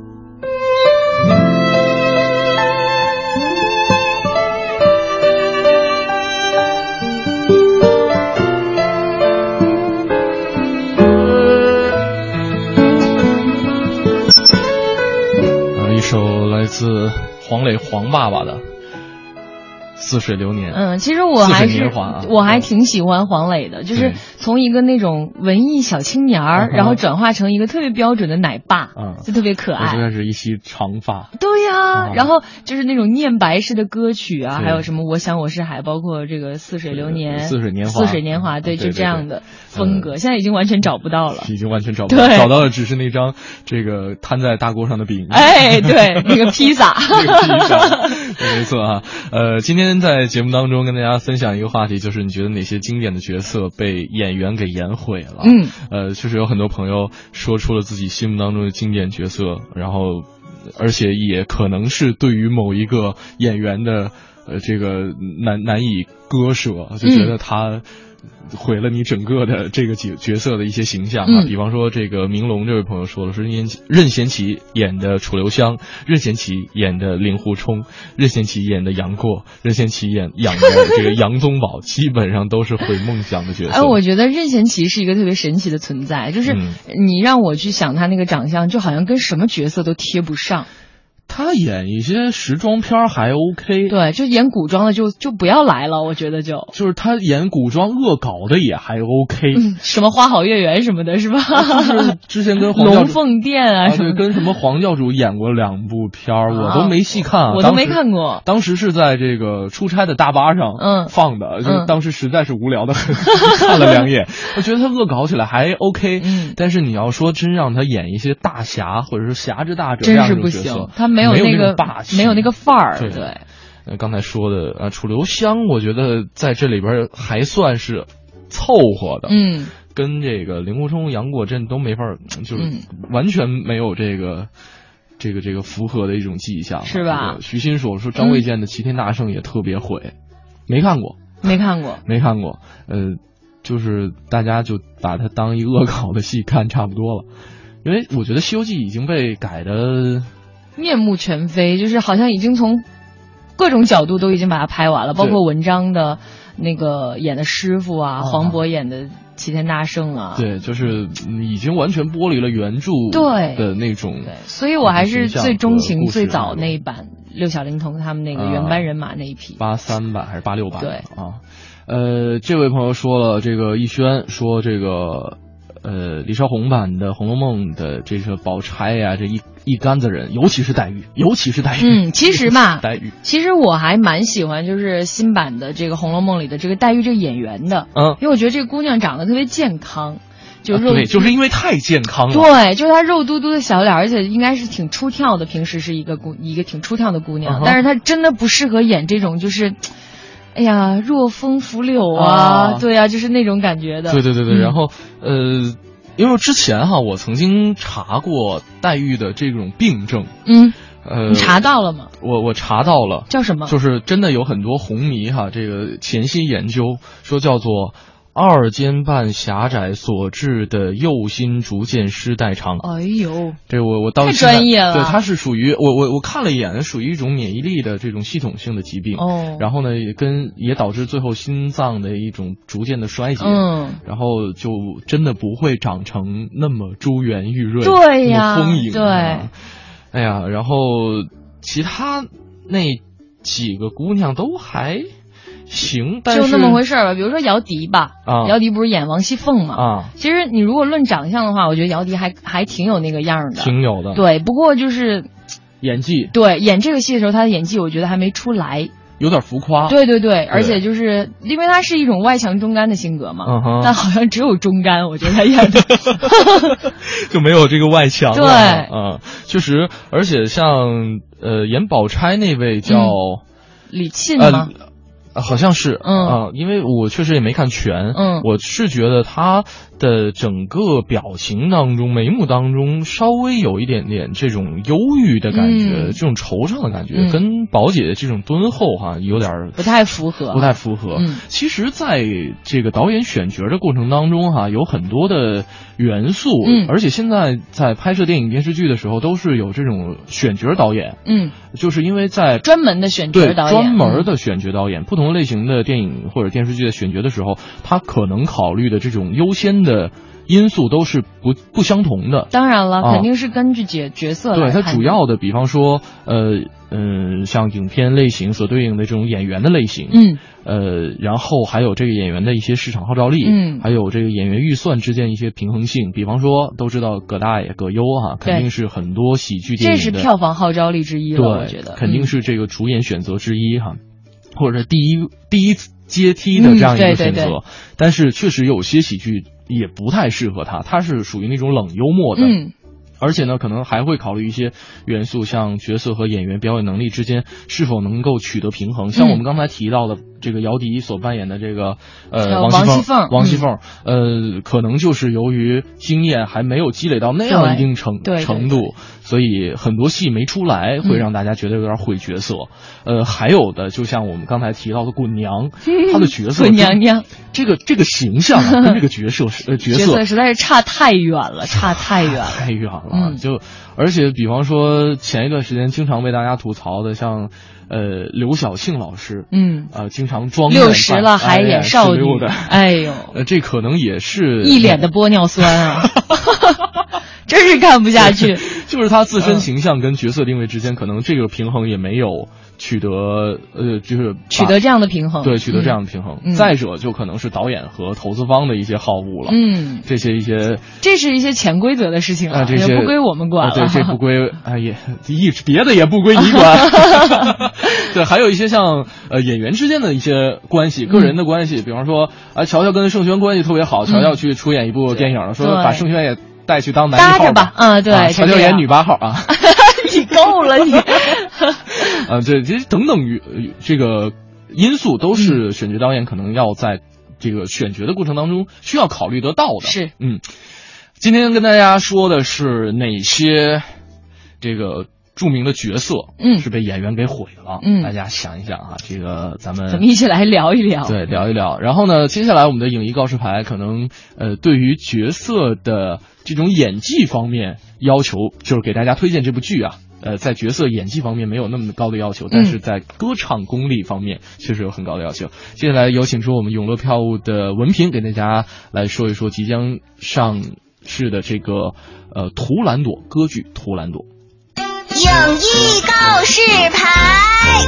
自黄磊黄爸爸的似水流年。 嗯，其实我还是、 啊、 我还挺喜欢黄磊的，就是从一个那种文艺小青年儿、嗯，然后转化成一个特别标准的奶爸，嗯，就特别可爱。 现在是一袭长发。 对呀、啊啊，然后就是那种念白式的歌曲啊，还有什么我想我是海，包括这个似水流年、 似水年华、 似水年华，对，就这样的风格、嗯，现在已经完全找不到了， 已经完全找不到，找到的只是那张这个摊在大锅上的饼。 哎，对，那个披萨， 那个披萨，没错啊。呃，今天在节目当中跟大家分享一个话题，就是你觉得哪些经典的角色被演员给演毁了？ 嗯， 呃，确实有很多朋友说出了自己心目当中的经典角色，然后而且也可能是对于某一个演员的呃这个难难以割舍，就觉得他毁了你整个的这个角角色的一些形象啊。 嗯、 比方说这个明龙这位朋友说了，是任贤齐演的楚留香，任贤齐演的令狐冲，任贤齐演的杨过，任贤齐演演的这个杨宗保，基本上都是毁梦想的角色。 哎，我觉得任贤齐是一个特别神奇的存在，就是你让我去想他那个长相，就好像跟什么角色都贴不上。 他演一些时装片还 OK， 对，就演古装的就就不要来了，我觉得就就是他演古装恶搞的也还 OK，、 嗯、什么花好月圆什么的，是吧？ 啊、就是之前跟黄教主龙凤殿啊什么的， 啊、对，跟什么黄教主演过两部片儿、啊，我都没细看、啊， 我都没看过。 当时是在这个出差的大巴上嗯放的，嗯、就是当时实在是无聊的很，看了两眼，我觉得他恶搞起来还 OK， 嗯， 但是你要说真让他演一些大侠或者是侠之大者这样的角色， 真是不行，他没有那个霸气， 没有那个范儿， 对。 对呃，刚才说的啊，楚留香，我觉得在这里边还算是凑合的， 嗯， 跟这个令狐冲、杨过真都没法，就是完全没有这个、嗯、这个这个符合的一种迹象， 是吧？ 徐新说说张卫健的《齐天大圣》也特别毁，嗯、没看过， 没看过， 没看过，呃，就是大家就把它当一恶搞的戏看差不多了，因为我觉得《西游记》已经被改的面目全非，就是好像已经从各种角度都已经把它拍完了，包括文章的那个演的师傅啊，黄渤演的齐天大圣啊， 对，就是已经完全剥离了原著对的那种， 对，所以我还是最钟情最早那一版六小龄童他们那个原班人马那一批， 八三版还是八六版？ 对啊，呃，这位朋友说了，这个逸轩说这个。呃，李少红版的《红楼梦》的这个宝钗呀、啊，这一一干子人，尤其是黛玉，尤其是黛玉。 嗯，其实嘛， 黛玉， 其实我还蛮喜欢，就是新版的这个《红楼梦》里的这个黛玉这个演员的， 嗯， 因为我觉得这个姑娘长得特别健康，就肉、 啊，对，就是因为太健康了。 对，就是她肉嘟嘟的小脸，而且应该是挺出挑的，平时是一个姑一个挺出挑的姑娘，嗯、但是她真的不适合演这种就是。哎呀，若风拂柳啊，啊对啊，就是那种感觉的。 对对对对， 嗯、 然后呃，因为之前哈，我曾经查过黛玉的这种病症。 嗯， 呃， 你查到了吗？ 我我查到了， 叫什么？ 就是真的有很多红迷哈，这个潜心研究说叫做二尖瓣狭窄所致的右心逐渐失代偿。 哎呦， 这我我到太专业了。 对，它是属于我我我看了一眼，属于一种免疫力的这种系统性的疾病。 哦。 然后呢，也跟也导致最后心脏的一种逐渐的衰竭。 嗯。 然后就真的不会长成那么珠圆玉润， 对呀， 那么丰盈。 对。 哎呀，然后其他那几个姑娘都还。行，但是就那么回事儿吧。比如说姚笛吧， 啊， 姚笛不是演王熙凤嘛， 啊， 其实你如果论长相的话，我觉得姚笛还还挺有那个样的， 挺有的。 对，不过就是演技， 对，演这个戏的时候，他的演技我觉得还没出来， 有点浮夸。 对对对，而且就是因为他是一种外强中干的性格嘛， 嗯、 但好像只有中干，我觉得他演的就没有这个外强。 对， 嗯，确实，而且像呃演宝钗那位叫、嗯、 李沁吗？ 呃好像是， 嗯啊、呃，因为我确实也没看全， 嗯， 我是觉得他的整个表情当中、眉目当中稍微有一点点这种忧郁的感觉， 嗯、 这种惆怅的感觉， 嗯、 跟宝姐的这种敦厚哈有点不太符合， 不太符合。 嗯， 其实，在这个导演选角的过程当中哈，有很多的元素， 嗯， 而且现在在拍摄电影电视剧的时候，都是有这种选角导演， 嗯， 就是因为在专门的选角导演， 专门的选角导演，不同类型的电影或者电视剧的选角的时候，他可能考虑的这种优先的因素都是不不相同的。 当然了， 啊、 肯定是根据角角色来对它主要的，比方说，呃嗯、呃，像影片类型所对应的这种演员的类型， 嗯， 呃，然后还有这个演员的一些市场号召力， 嗯， 还有这个演员预算之间一些平衡性。比方说，都知道葛大爷葛优哈、啊，肯定是很多喜剧电影的， 这是票房号召力之一了， 对， 我觉得肯定是这个主演选择之一哈。嗯或者第一第一阶梯的这样一个选择、嗯、对对对，但是确实有些喜剧也不太适合他，他是属于那种冷幽默的， 嗯， 而且呢，可能还会考虑一些元素，像角色和演员表演能力之间是否能够取得平衡。像我们刚才提到的这个姚笛所扮演的这个呃王熙凤， 王熙凤，呃，可能就是由于经验还没有积累到那样一定程程度，所以很多戏没出来，会让大家觉得有点毁角色。呃，还有的就像我们刚才提到的滚娘，她的角色滚娘娘这个这个形象啊，跟这个角色呃角色角色实在是差太远了，差太远了， 太远了。嗯，就而且比方说前一段时间经常被大家吐槽的，像呃刘晓庆老师， 嗯， 呃经常装六十了还演少女，哎呦， 呃这可能也是一脸的玻尿酸啊。真是看不下去， 就是他自身形象跟角色定位之间，可能这个平衡也没有取得，呃，就是取得这样的平衡， 对，取得这样的平衡。嗯、再者，就可能是导演和投资方的一些好恶了， 嗯， 这些一些， 这是一些潜规则的事情了， 啊、这些也不归我们管了， 啊、对，这不归，哎也一别的也不归你管，对，还有一些像呃演员之间的一些关系，个人的关系，嗯、比方说啊，乔乔跟盛轩关系特别好，乔乔去出演一部电影了，嗯、说把盛轩也带去当男一号搭着吧，嗯，对， 乔乔演女八号啊， 你够了你， 啊，这这等等于这个因素都是选角导演可能要在这个选角的过程当中需要考虑得到的。 是， 嗯，今天跟大家说的是哪些这个著名的角色， 嗯， 是被演员给毁了， 嗯， 大家想一想啊，这个咱们咱们一起来聊一聊， 对，聊一聊。然后呢，接下来我们的影艺告示牌可能呃对于角色的这种演技方面要求，就是给大家推荐这部剧啊。呃，在角色演技方面没有那么高的要求，但是在歌唱功力方面确实有很高的要求。接下来有请出我们永乐票务的文凭，给大家来说一说即将上市的这个呃《图兰朵》歌剧《图兰朵》。 影艺告示牌。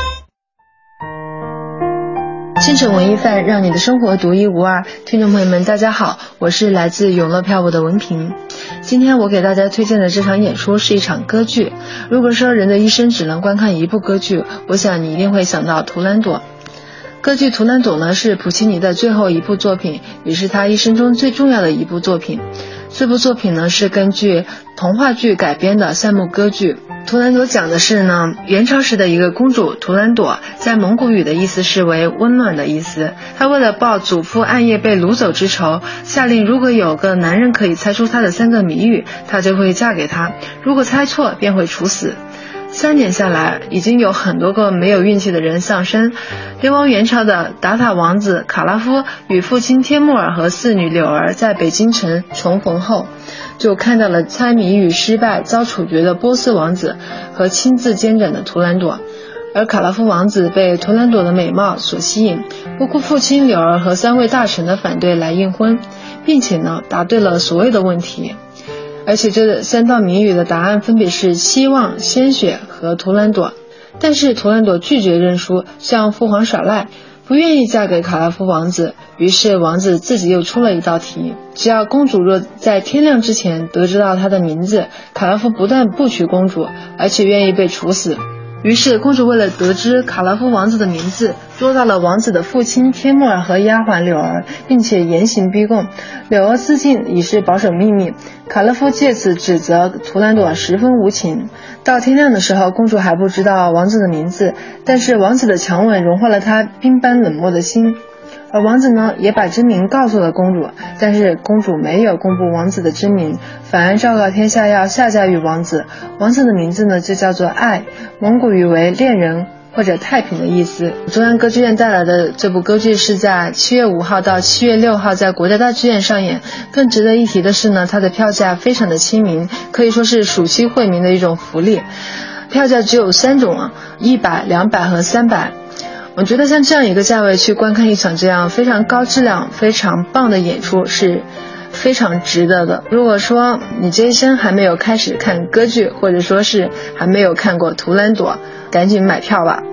京城文艺范，让你的生活独一无二。听众朋友们大家好，我是来自永乐票务的文凭。今天我给大家推荐的这场演出是一场歌剧。如果说人的一生只能观看一部歌剧，我想你一定会想到《图兰朵》。歌剧《图兰朵》呢是普契尼的最后一部作品，也是他一生中最重要的一部作品。这部作品呢是根据童话剧改编的三幕歌剧。图兰朵讲的是呢，元朝时的一个公主图兰朵，在蒙古语的意思是为温暖的意思。她为了报祖父暗夜被掳走之仇，下令如果有个男人可以猜出她的三个谜语，她就会嫁给他，如果猜错便会处死。三年下来，已经有很多个没有运气的人丧生。流亡元朝的达塔王子卡拉夫与父亲帖木儿和四女柳儿在北京城重逢后，就看到了猜谜语失败遭处决的波斯王子和亲自监斩的图兰朵。而卡拉夫王子被图兰朵的美貌所吸引，不顾父亲柳儿和三位大臣的反对来应婚，并且呢答对了所有的问题。而且这三道谜语的答案分别是希望、鲜血和图兰朵。但是图兰朵拒绝认输，向父皇耍赖，不愿意嫁给卡拉夫王子。于是王子自己又出了一道题，只要公主若在天亮之前得知到她的名字，卡拉夫不但不娶公主，而且愿意被处死。于是公主为了得知卡拉夫王子的名字，捉到了王子的父亲帖木儿和丫鬟柳儿，并且严刑逼供。柳儿自尽以示保守秘密，卡拉夫借此指责图兰朵十分无情。到天亮的时候，公主还不知道王子的名字，但是王子的强吻融化了她冰般冷漠的心。而王子呢，也把真名告诉了公主，但是公主没有公布王子的真名，反而昭告天下要下嫁于王子。王子的名字呢，就叫做爱，蒙古语为恋人或者太平的意思。中央歌剧院带来的这部歌剧是在七月五号到七月六号在国家大剧院上演。更值得一提的是呢，它的票价非常的亲民，可以说是暑期惠民的一种福利。票价只有三种啊，一百、两百和三百。我觉得像这样一个价位去观看一场这样非常高质量非常棒的演出是非常值得的。如果说你这一生还没有开始看歌剧，或者说是还没有看过图兰朵，赶紧买票吧。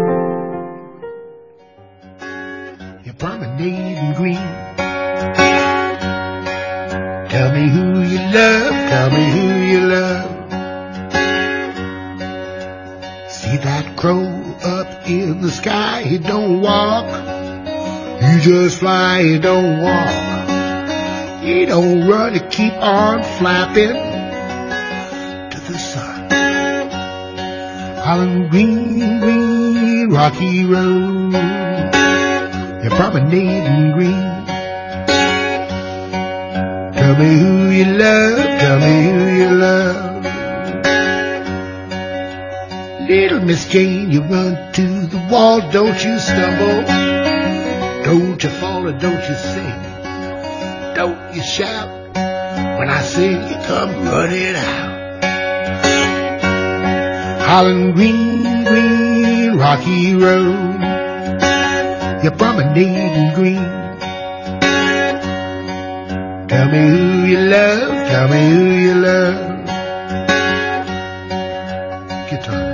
Tell me who you love, tell me who you love. See that crow up in the sky, he don't walk, you just fly, he don't walk, he don't run, he keep on flapping, Holland Green, Green, Rocky Road. You're promenading green. Tell me who you love, tell me who you love. Little Miss Jane, you run to the wall, don't you stumble. Don't you fall or don't you sing. Don't you shout. When I sing, you come running out. Holland Green, Green, Rocky Road. You're promenading green. Tell me who you love, tell me who you love. Guitar.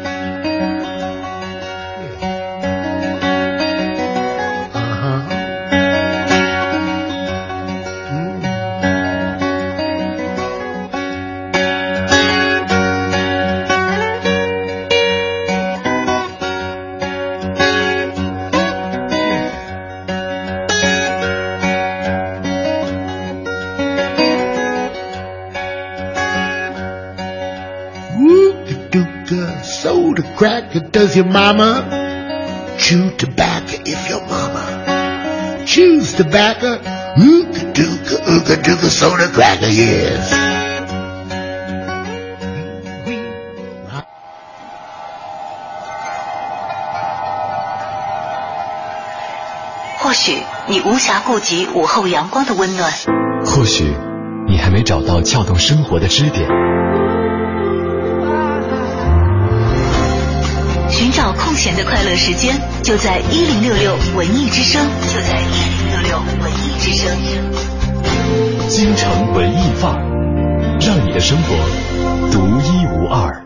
Cracker, does your mama chew tobacco? If your mama chews tobacco, ooka dooka, ooka dooka, soda cracker, yes. 或许你无暇顾及午后阳光的温暖， 或许你还没找到撬动生活的支点。 寻找空闲的快乐时间，就在一零六六文艺之声，就在一零六六文艺之声。 京城文艺范儿，让你的生活独一无二。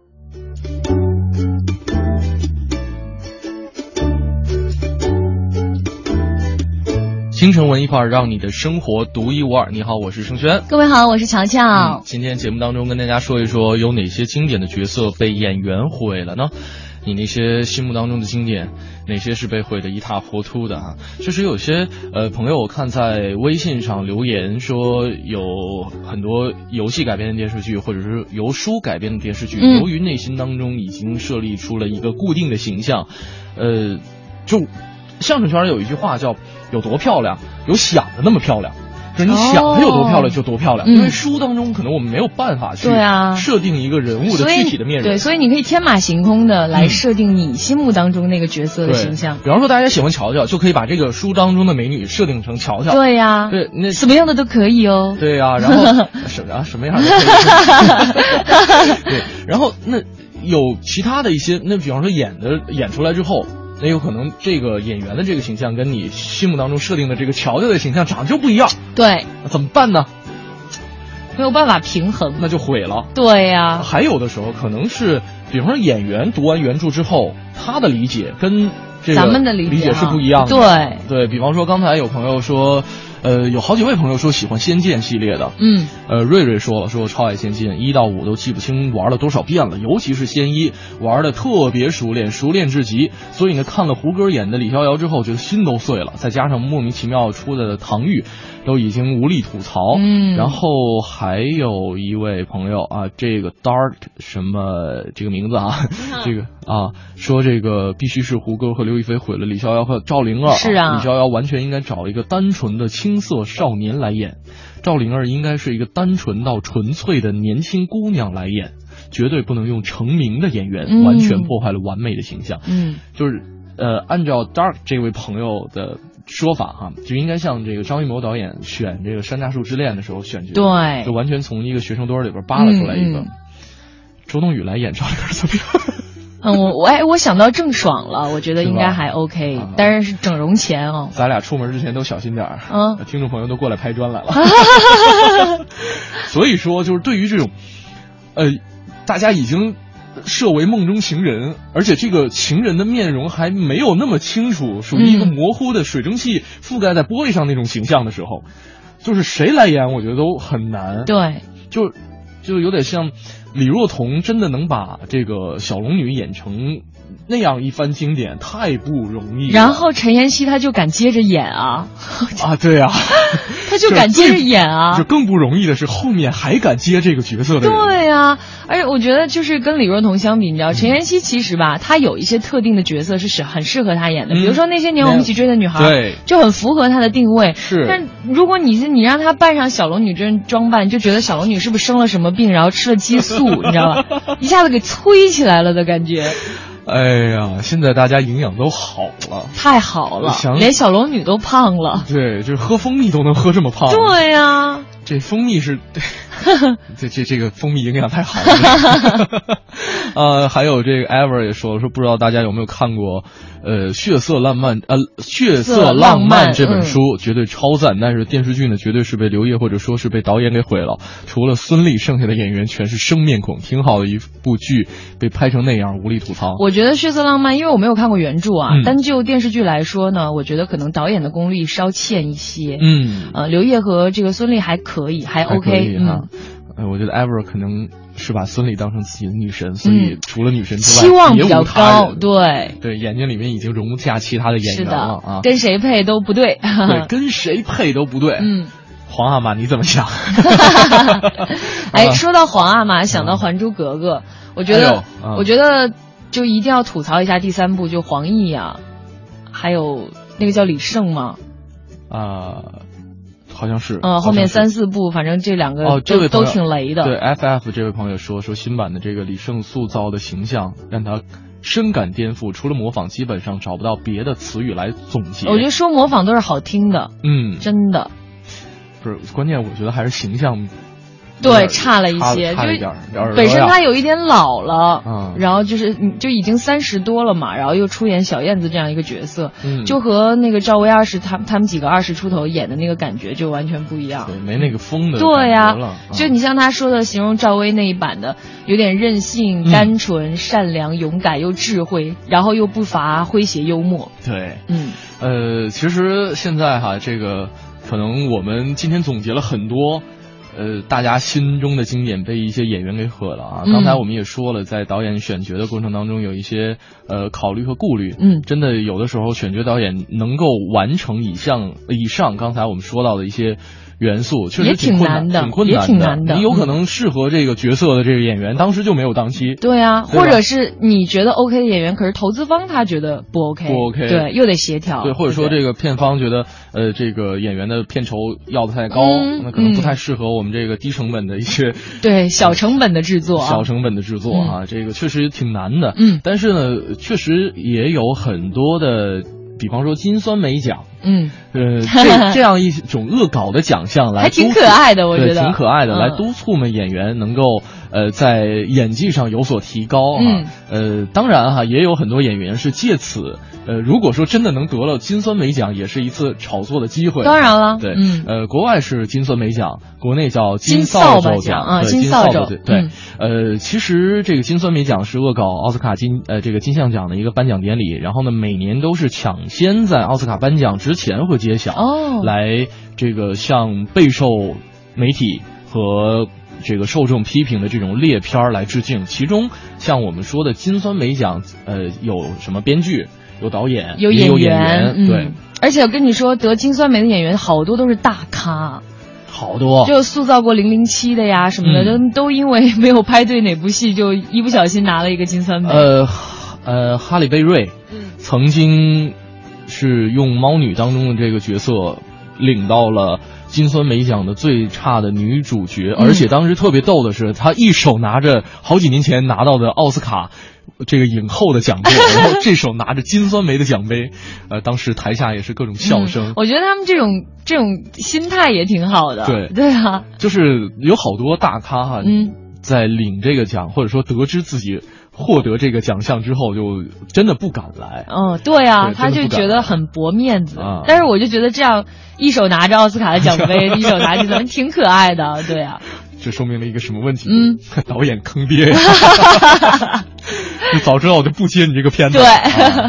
京城文艺范儿，让你的生活独一无二。你好，我是盛轩。 各位好，我是乔乔。 嗯，今天节目当中跟大家说一说，有哪些经典的角色被演员毁了呢？你那些心目当中的经典，哪些是被毁得一塌糊涂的啊？确实有些呃朋友我看在微信上留言说，有很多游戏改编的电视剧，或者是由书改编的电视剧，嗯、由于内心当中已经设立出了一个固定的形象，呃，就相声圈有一句话叫“有多漂亮，有想的那么漂亮”。就是你想它有多漂亮就多漂亮，哦、因为书当中可能我们没有办法去设定一个人物的具体的面容， 对，所以你可以天马行空的来设定你心目当中那个角色的形象。 嗯、比方说大家喜欢乔乔，就可以把这个书当中的美女设定成乔乔。 对呀， 对，那什么样的都可以哦。 对呀，然后什么什么样的都可以。对，然后那有其他的一些，那比方说演的演出来之后。那有可能这个演员的这个形象跟你心目当中设定的这个乔乔的形象长得就不一样， 对， 怎么办呢？ 没有办法平衡， 那就毁了。 对呀， 还有的时候可能是，比方说演员读完原著之后，他的理解跟这个咱们的理解理解是不一样的。 对对，比方说刚才有朋友说。呃，有好几位朋友说喜欢《仙剑》系列的， 嗯， 呃，瑞瑞说了，说超爱《仙剑》，一到五都记不清玩了多少遍了，尤其是仙一玩的特别熟练，熟练至极，所以呢，看了胡歌演的李逍遥之后，觉得心都碎了，再加上莫名其妙出的唐钰，都已经无力吐槽。 嗯， 然后还有一位朋友啊，这个 Dart 什么这个名字啊，嗯、这个啊，说这个必须是胡歌和刘亦菲毁了李逍遥和赵灵儿， 是啊， 李逍遥完全应该找一个单纯的青涩少年来演，赵灵儿应该是一个单纯到纯粹的年轻姑娘来演，绝对不能用成名的演员，嗯、完全破坏了完美的形象。 嗯， 就是呃，按照 Dark 这位朋友的说法哈，就应该像这个张艺谋导演选这个《山楂树之恋》的时候选角， 对， 就完全从一个学生堆里边扒拉出来一个。嗯嗯、周冬雨来演赵灵儿怎么样？ 嗯，我我哎，我想到郑爽了，我觉得应该还 OK， 但是是整容前哦。 咱俩出门之前都小心点儿， 嗯， 听众朋友都过来拍砖来了。所以说，就是对于这种，呃，大家已经设为梦中情人，而且这个情人的面容还没有那么清楚，属于一个模糊的水蒸气覆盖在玻璃上那种形象的时候，就是谁来演，我觉得都很难。 对， 就就有点像。李若彤真的能把这个小龙女演成那样一番经典太不容易了。 然后陈妍希他就敢接着演啊， 啊，对啊， 他就敢接着演啊。 就更不容易的是后面还敢接这个角色的人。 对啊，而且我觉得就是跟李若彤相比，你知道陈妍希其实吧，她有一些特定的角色是是很适合她演的，嗯、比如说那些年我们一起追的女孩， 对， 就很符合她的定位。 是， 但如果你是你让她扮上小龙女这装扮，就觉得小龙女是不是生了什么病，然后吃了激素，你知道吧？一下子给催起来了的感觉。 哎呀，现在大家营养都好了， 太好了，连小龙女都胖了。 对，就是喝蜂蜜都能喝这么胖。 对呀、啊， 这蜂蜜是，这这这个蜂蜜营养太好了。呃，还有这个 Ever 也说说，不知道大家有没有看过，呃，《血色浪漫》呃，《血色浪漫》这本书、嗯、绝对超赞，但是电视剧呢，绝对是被刘烨或者说是被导演给毁了。除了孙俪，剩下的演员全是生面孔。挺好的一部剧，被拍成那样，无力吐槽。 我觉得《血色浪漫》，因为我没有看过原著啊，嗯、单就电视剧来说呢，我觉得可能导演的功力稍欠一些。 嗯， 呃，刘烨和这个孙俪还可以，还 OK 还可以嗯。 呃，我觉得 Ever 可能是把孙俪当成自己的女神，所以除了女神之外， 期望比较高。对对，眼睛里面已经容不下其他的演员了啊， 跟谁配都不对。 对，跟谁配都不对。 嗯， 皇阿玛你怎么想？ 哎，说到皇阿玛，想到《还珠格格》，我觉得， 嗯、 我觉得就一定要吐槽一下第三部，就黄奕呀、啊，还有那个叫李晟吗？ 啊、呃。好像是， 嗯，后面三四部，反正这两个哦，这位都挺雷的。 对 ，F F 这位朋友说说新版的这个李晟塑造的形象让他深感颠覆，除了模仿，基本上找不到别的词语来总结。 我觉得说模仿都是好听的， 嗯， 真的。 不是，关键我觉得还是形象。 对，差了一些， 就本身他有一点老了， 嗯， 然后就是就已经三十多了嘛，然后又出演小燕子这样一个角色， 嗯， 就和那个赵薇二十他们他们几个二十出头演的那个感觉就完全不一样， 对，没那个风的， 对呀、 啊， 就你像他说的形容赵薇那一版的，有点任性、单纯、嗯、善良、勇敢又智慧，然后又不乏诙谐幽默， 对， 嗯， 呃，其实现在哈，这个可能我们今天总结了很多。呃，大家心中的经典被一些演员给毁了啊！ 嗯、 刚才我们也说了，在导演选角的过程当中，有一些呃考虑和顾虑。 嗯， 真的有的时候选角导演能够完成以上以上刚才我们说到的一些元素，确实挺难的， 挺困难的， 也挺难的。 你有可能适合这个角色的这个演员，嗯、当时就没有档期。 对啊，或者是你觉得 OK 的演员，可是投资方他觉得不 OK， 不 OK， 对，又得协调。 对，或者说这个片方觉得呃这个演员的片酬要的太高，嗯、那可能不太适合我们这个低成本的一些、嗯、 对小成本的制作、啊， 小成本的制作啊，嗯、这个确实挺难的。 嗯， 但是呢，确实也有很多的。比方说金酸梅奖， 嗯， 呃，这这样一种恶搞的奖项来， 还挺可爱的，我觉得挺可爱的， 嗯、 来督促们演员能够呃在演技上有所提高啊。 嗯、 呃，当然哈，也有很多演员是借此，呃，如果说真的能得了金酸梅奖，也是一次炒作的机会。 当然了， 对， 嗯， 呃，国外是金酸梅奖，国内叫金扫帚奖啊， 金扫帚对对。呃，其实这个金酸梅奖是恶搞奥斯卡金呃这个金像奖的一个颁奖典礼，然后呢，每年都是抢先在奥斯卡颁奖之前会揭晓， 哦， 来这个向备受媒体和这个受众批评的这种劣片来致敬。其中像我们说的金酸梅奖，呃，有什么编剧，有导演， 有演员， 演员嗯、对。 而且我跟你说，得金酸梅的演员好多都是大咖。 好多就塑造过零零七的呀什么的， 嗯、 都都因为没有拍对哪部戏，就一不小心拿了一个金酸梅。 呃呃，哈里贝瑞曾经是用猫女当中的这个角色领到了金酸梅奖的最差的女主角， 嗯、 而且当时特别逗的是，她一手拿着好几年前拿到的奥斯卡这个影后的奖杯，然后这手拿着金酸梅的奖杯，呃，当时台下也是各种笑声。 嗯、我觉得他们这种这种心态也挺好的。 对对啊， 就是有好多大咖哈， 嗯， 在领这个奖，或者说得知自己获得这个奖项之后，就真的不敢来。 嗯，对啊， 对他就觉得很薄面子。 啊、 但是我就觉得这样一手拿着奥斯卡的奖杯，一手拿金酸梅，挺可爱的。对啊。 这说明了一个什么问题？ 嗯， 导演坑爹呀！就早知道我就不接你这个片子。 对。 啊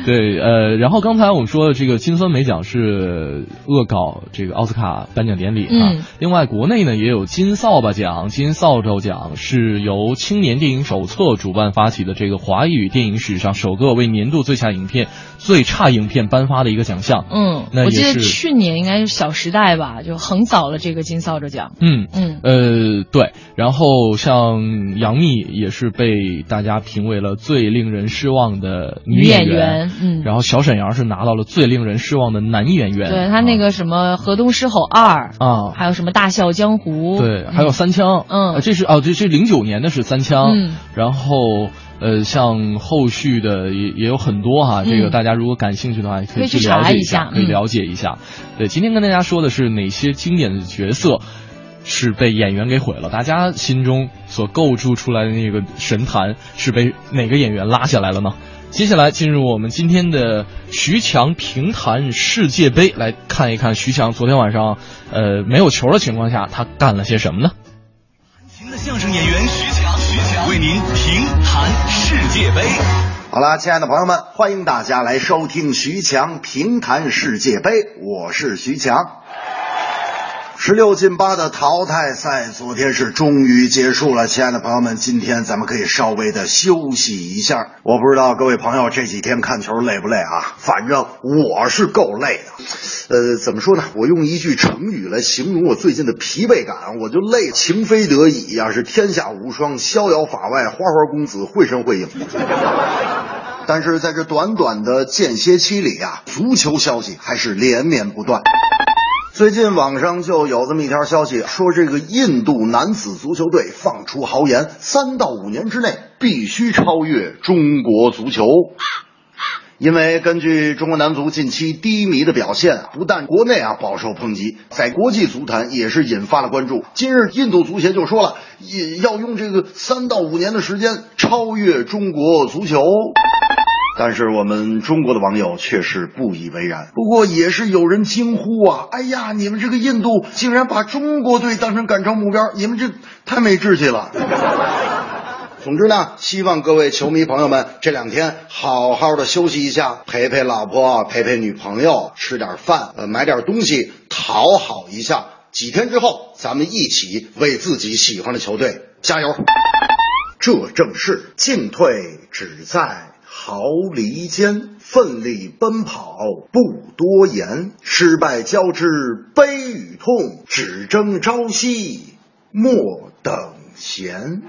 对，呃，然后刚才我们说的这个金酸梅奖是恶搞这个奥斯卡颁奖典礼啊。 嗯、 另外，国内呢也有金扫把奖、金扫帚奖，是由青年电影手册主办发起的这个华语电影史上首个为年度最佳影片、最差影片颁发的一个奖项。 嗯， 那我记得去年应该是《小时代》吧，就横扫了这个金扫帚奖。 嗯嗯， 呃，对。然后像杨幂也是被大家评为了最令人失望的女演员。 女演员嗯， 然后小沈阳是拿到了最令人失望的男演员。 对他那个什么《河东狮吼二》 啊， 还有什么《大笑江湖》。 对，还有《三枪》。 嗯， 呃、这是哦，这这零九年的是《三枪》。 嗯， 然后。呃，像后续的也也有很多哈，这个大家如果感兴趣的话，可以去了解一下，可以了解一下。对，今天跟大家说的是哪些经典的角色是被演员给毁了，大家心中所构筑出来的那个神坛是被哪个演员拉下来了呢？接下来进入我们今天的徐强评弹世界杯，来看一看徐强昨天晚上呃没有球的情况下他干了些什么呢？ 弹琴的相声演员徐强，徐强为您评弹世界杯。 好了，亲爱的朋友们，欢迎大家来收听徐强评弹世界杯，我是徐强。十六进八的淘汰赛昨天是终于结束了，亲爱的朋友们，今天咱们可以稍微的休息一下。我不知道各位朋友这几天看球累不累啊？反正我是够累的。呃，怎么说呢？我用一句成语来形容我最近的疲惫感，我就累，情非得已呀、啊，是天下无双，逍遥法外，花花公子，绘声绘影。但是在这短短的间歇期里啊，足球消息还是连绵不断。最近网上就有这么一条消息，说这个印度男子足球队放出豪言，三到五年之内必须超越中国足球。因为根据中国男足近期低迷的表现，不但国内啊饱受抨击，在国际足坛也是引发了关注。今日印度足协就说了，也要用这个三到五年的时间超越中国足球。但是我们中国的网友却是不以为然，不过也是有人惊呼啊，哎呀，你们这个印度竟然把中国队当成赶超目标，你们这太没志气了。总之呢，希望各位球迷朋友们这两天好好的休息一下，陪陪老婆，陪陪女朋友，吃点饭，呃，买点东西，讨好一下。几天之后，咱们一起为自己喜欢的球队加油。这正是进退只在毫厘间，奋力奔跑不多言，失败交织悲与痛，只争朝夕莫等闲。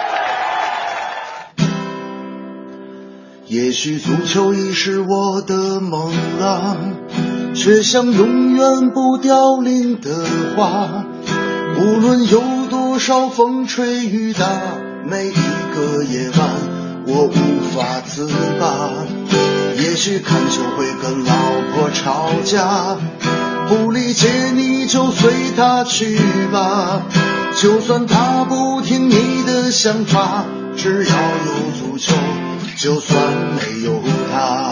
也许足球已是我的梦了，却像永远不凋零的花，无论有多少风吹雨打，每一个夜晚我无法自拔。也许看球会跟老婆吵架，不理解你就随他去吧，就算他不听你的想法，只要有足球，就算没有他。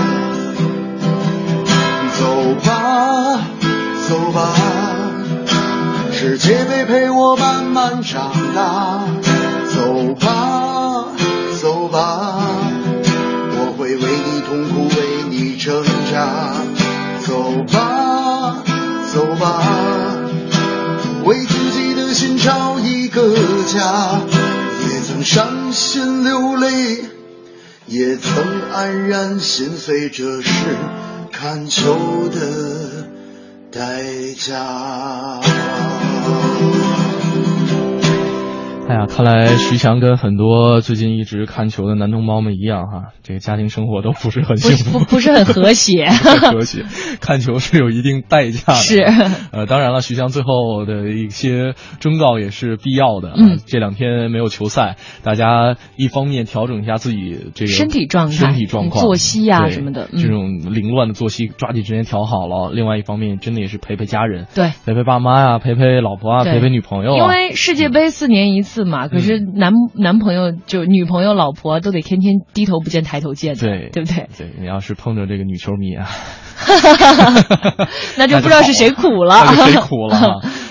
走吧走吧，世界杯陪我慢慢长大。走吧走吧，我会为你痛苦，为你挣扎。走吧走吧，为自己的心找一个家。也曾伤心流泪，也曾黯然心碎，这是看球的代价。 哎呀，看来徐强跟很多最近一直看球的男同胞们一样哈，这个家庭生活都不是很幸福， 不不是很和谐。 不是很和谐，看球是有一定代价的。 是， 呃，当然了，徐强最后的一些忠告也是必要的。 嗯， 这两天没有球赛，大家一方面调整一下自己这个身体状态、 身体状况、 作息呀、啊、什么的、 嗯，这种凌乱的作息抓紧时间调好了。另外一方面，真的也是陪陪家人， 对， 陪陪爸妈呀、啊，陪陪老婆啊，陪陪女朋友啊。 因为世界杯四年一次嘛，嗯、可是男男朋友就女朋友、老婆都得天天低头不见抬头见的， 对， 对不对？ 对，你要是碰着这个女球迷啊， 那就不知道是谁苦了， 那就谁苦了。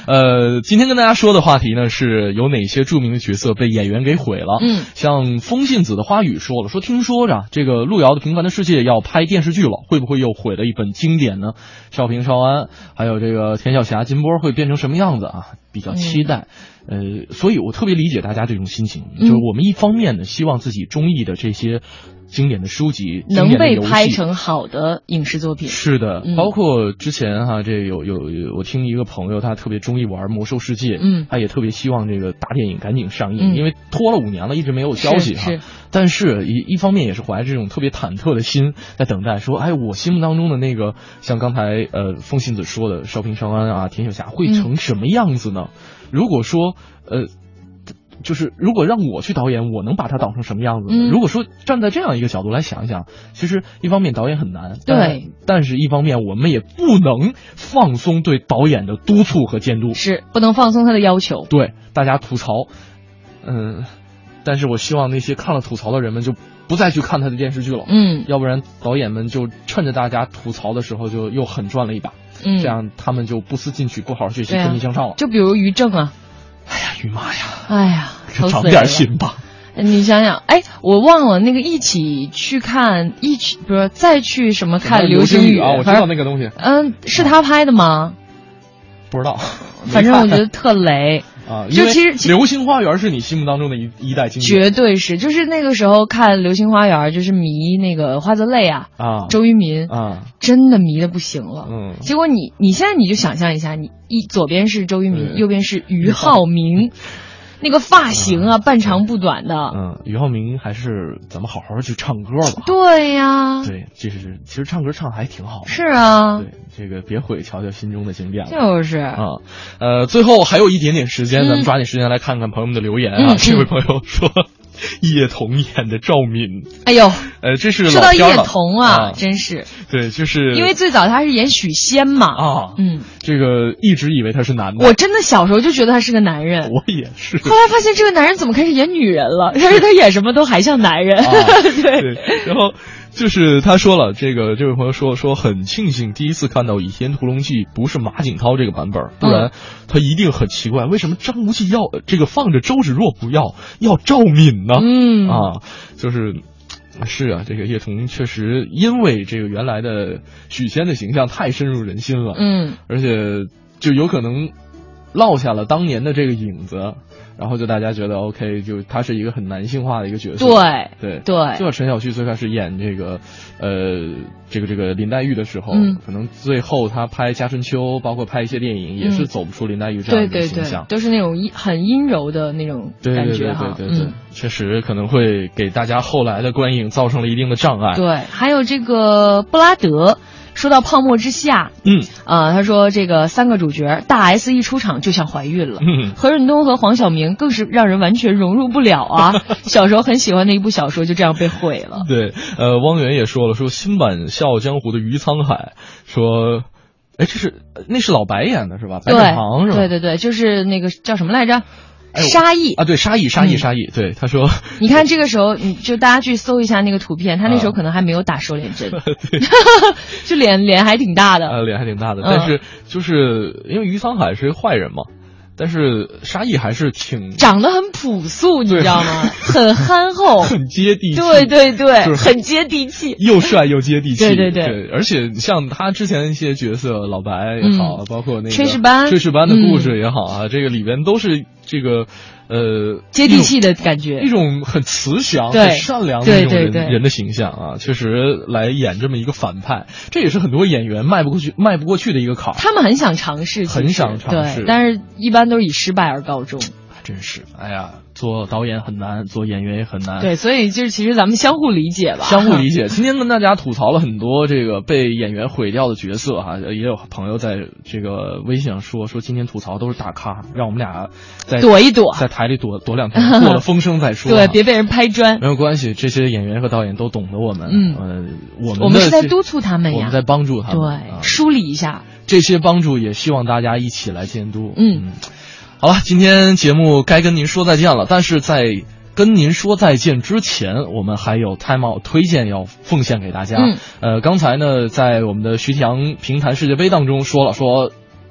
呃，今天跟大家说的话题呢，是有哪些著名的角色被演员给毁了？ 嗯， 像风信子的花语说了，说听说着这个路遥的《平凡的世界》要拍电视剧了，会不会又毁了一本经典呢？少平、少安，还有这个田晓霞、金波会变成什么样子啊？比较期待。嗯、呃，所以我特别理解大家这种心情，嗯、就是我们一方面呢，希望自己中意的这些经典的书籍能被拍成好的影视作品。 是的，嗯、包括之前哈，这有有有，我听一个朋友，他特别中意玩《魔兽世界》， 嗯， 他也特别希望这个大电影赶紧上映， 嗯、 因为拖了五年了，一直没有消息哈。但是一一方面也是怀着这种特别忐忑的心在等待，说，哎，我心目当中的那个，像刚才呃风信子说的少平、少安啊、田晓霞会成什么样子呢？嗯、如果说呃。就是如果让我去导演，我能把它导成什么样子呢？ 嗯、 如果说站在这样一个角度来想一想，其实一方面导演很难， 对， 但, 但是一方面我们也不能放松对导演的督促和监督， 是不能放松他的要求。 对，大家吐槽，嗯，但是我希望那些看了吐槽的人们就不再去看他的电视剧了， 嗯， 要不然导演们就趁着大家吐槽的时候就又狠赚了一把， 嗯， 这样他们就不思进取，不好好学习，跟不上了。 就比如于正啊。 哎呀，于妈呀！ 哎呀， 长点心吧。 你想想，哎，我忘了那个一起去看，一起不是再去什么看流星雨啊？我知道那个东西。 嗯，是他拍的吗？ 不知道， 反正我觉得特雷。 啊， 就其实《 流星花园》是你心目当中的一一代经典， 绝对是。就是那个时候看《流星花园》，就是迷那个花泽类啊， 啊， 周渝民啊， 真的迷的不行了。 嗯， 结果你你现在你就想象一下，你一左边是周渝民，右边是俞灏明。那个发型啊，半长不短的。 嗯，俞灏明还是咱们好好去唱歌吧。 对呀。 对，这是其实唱歌唱的还挺好的。 是啊。 对，这个别毁瞧瞧心中的经典了。 就是啊，呃，最后还有一点点时间，嗯、咱们抓紧时间来看看朋友们的留言啊。 嗯、 这位朋友说。叶童演的赵敏， 哎呦， 呃，这是说到叶童啊，啊真是， 对，就是因为最早他是演许仙嘛， 啊， 嗯， 这个一直以为他是男的， 我真的小时候就觉得他是个男人， 我也是， 后来发现这个男人怎么开始演女人了，但是他演什么都还像男人， 啊、 对, 对，然后。就是他说了，这个这位朋友说说很庆幸第一次看到《倚天屠龙记》不是马景涛这个版本，不然他一定很奇怪，为什么张无忌要这个放着周芷若不要，要赵敏呢？ 嗯啊，就是是啊，这个叶童确实因为这个原来的许仙的形象太深入人心了， 嗯， 而且就有可能落下了当年的这个影子。然后就大家觉得 OK， 就他是一个很男性化的一个角色， 对对对， 就像陈小旭最开始演这个呃这个这个林黛玉的时候， 嗯、 可能最后他拍《家春秋》，包括拍一些电影，也是走不出林黛玉这样的形象， 对对对，都是那种很阴柔的那种感觉哈， 对对对对对， 嗯、 确实可能会给大家后来的观影造成了一定的障碍。 对，还有这个布拉德。说到泡沫之夏， 嗯， 呃，他说这个三个主角大 S 一出场就像怀孕了， 嗯， 何润东和黄晓明更是让人完全融入不了啊。小时候很喜欢的一部小说就这样被毁了。 对，呃，汪源也说了，说新版《笑傲江湖》的于沧海说，哎，这是那是老白演的是吧？白展堂是吧？ 对对对，就是那个叫什么来着？沙溢啊，对，沙溢，沙溢，沙溢，对，他说， 你看这个时候，你就大家去搜一下那个图片，他那时候可能还没有打瘦脸针，就脸脸还挺大的， 呃，脸还挺大的，但是就是因为于沧海是一个坏人嘛。但是沙溢还是挺长得很朴素，你知道吗？很憨厚， 很接地气。 对对对， 就是、 很接地气， 又帅又接地气。 对对对， 对而且像他之前一些角色，老白也好， 嗯、 包括那个炊事班、 炊事班的故事也好啊，嗯、这个里边都是这个呃接地气的感觉， 一种很慈祥、 很善良的一种人对对对人的形象啊，确实来演这么一个反派，这也是很多演员迈不过去、迈不过去的一个坎儿。 他们很想尝试， 很想尝试， 对，但是一般都是以失败而告终。 真是，哎呀，做导演很难，做演员也很难。 对，所以就是其实咱们相互理解吧。 相互理解。今天跟大家吐槽了很多这个被演员毁掉的角色哈，也有朋友在这个微信上说说今天吐槽都是大咖，让我们俩在躲一躲， 在台里躲躲两天，过了风声再说。 对，别被人拍砖。 没有关系，这些演员和导演都懂得我们。 嗯， 呃，我们我们是在督促他们呀， 我们在帮助他们， 对， 啊、 梳理一下这些帮助，也希望大家一起来监督。 嗯。 嗯好了，今天节目该跟您说再见了，但是在跟您说再见之前，我们还有 Time Out 推荐要奉献给大家。 嗯， 呃，刚才呢，在我们的徐强评弹世界杯当中说了，说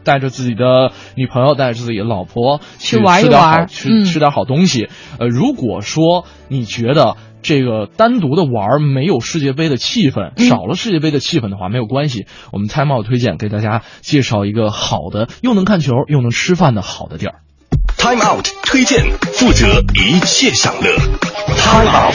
带着自己的女朋友，带着自己的老婆去玩一玩， 吃点好吃、嗯、吃点好东西。呃，如果说你觉得这个单独的玩没有世界杯的气氛、嗯、少了世界杯的气氛的话，没有关系，我们 Time Out 推荐给大家介绍一个好的又能看球又能吃饭的好的地儿。 Time Out 推荐，负责一切享乐。 Time Out。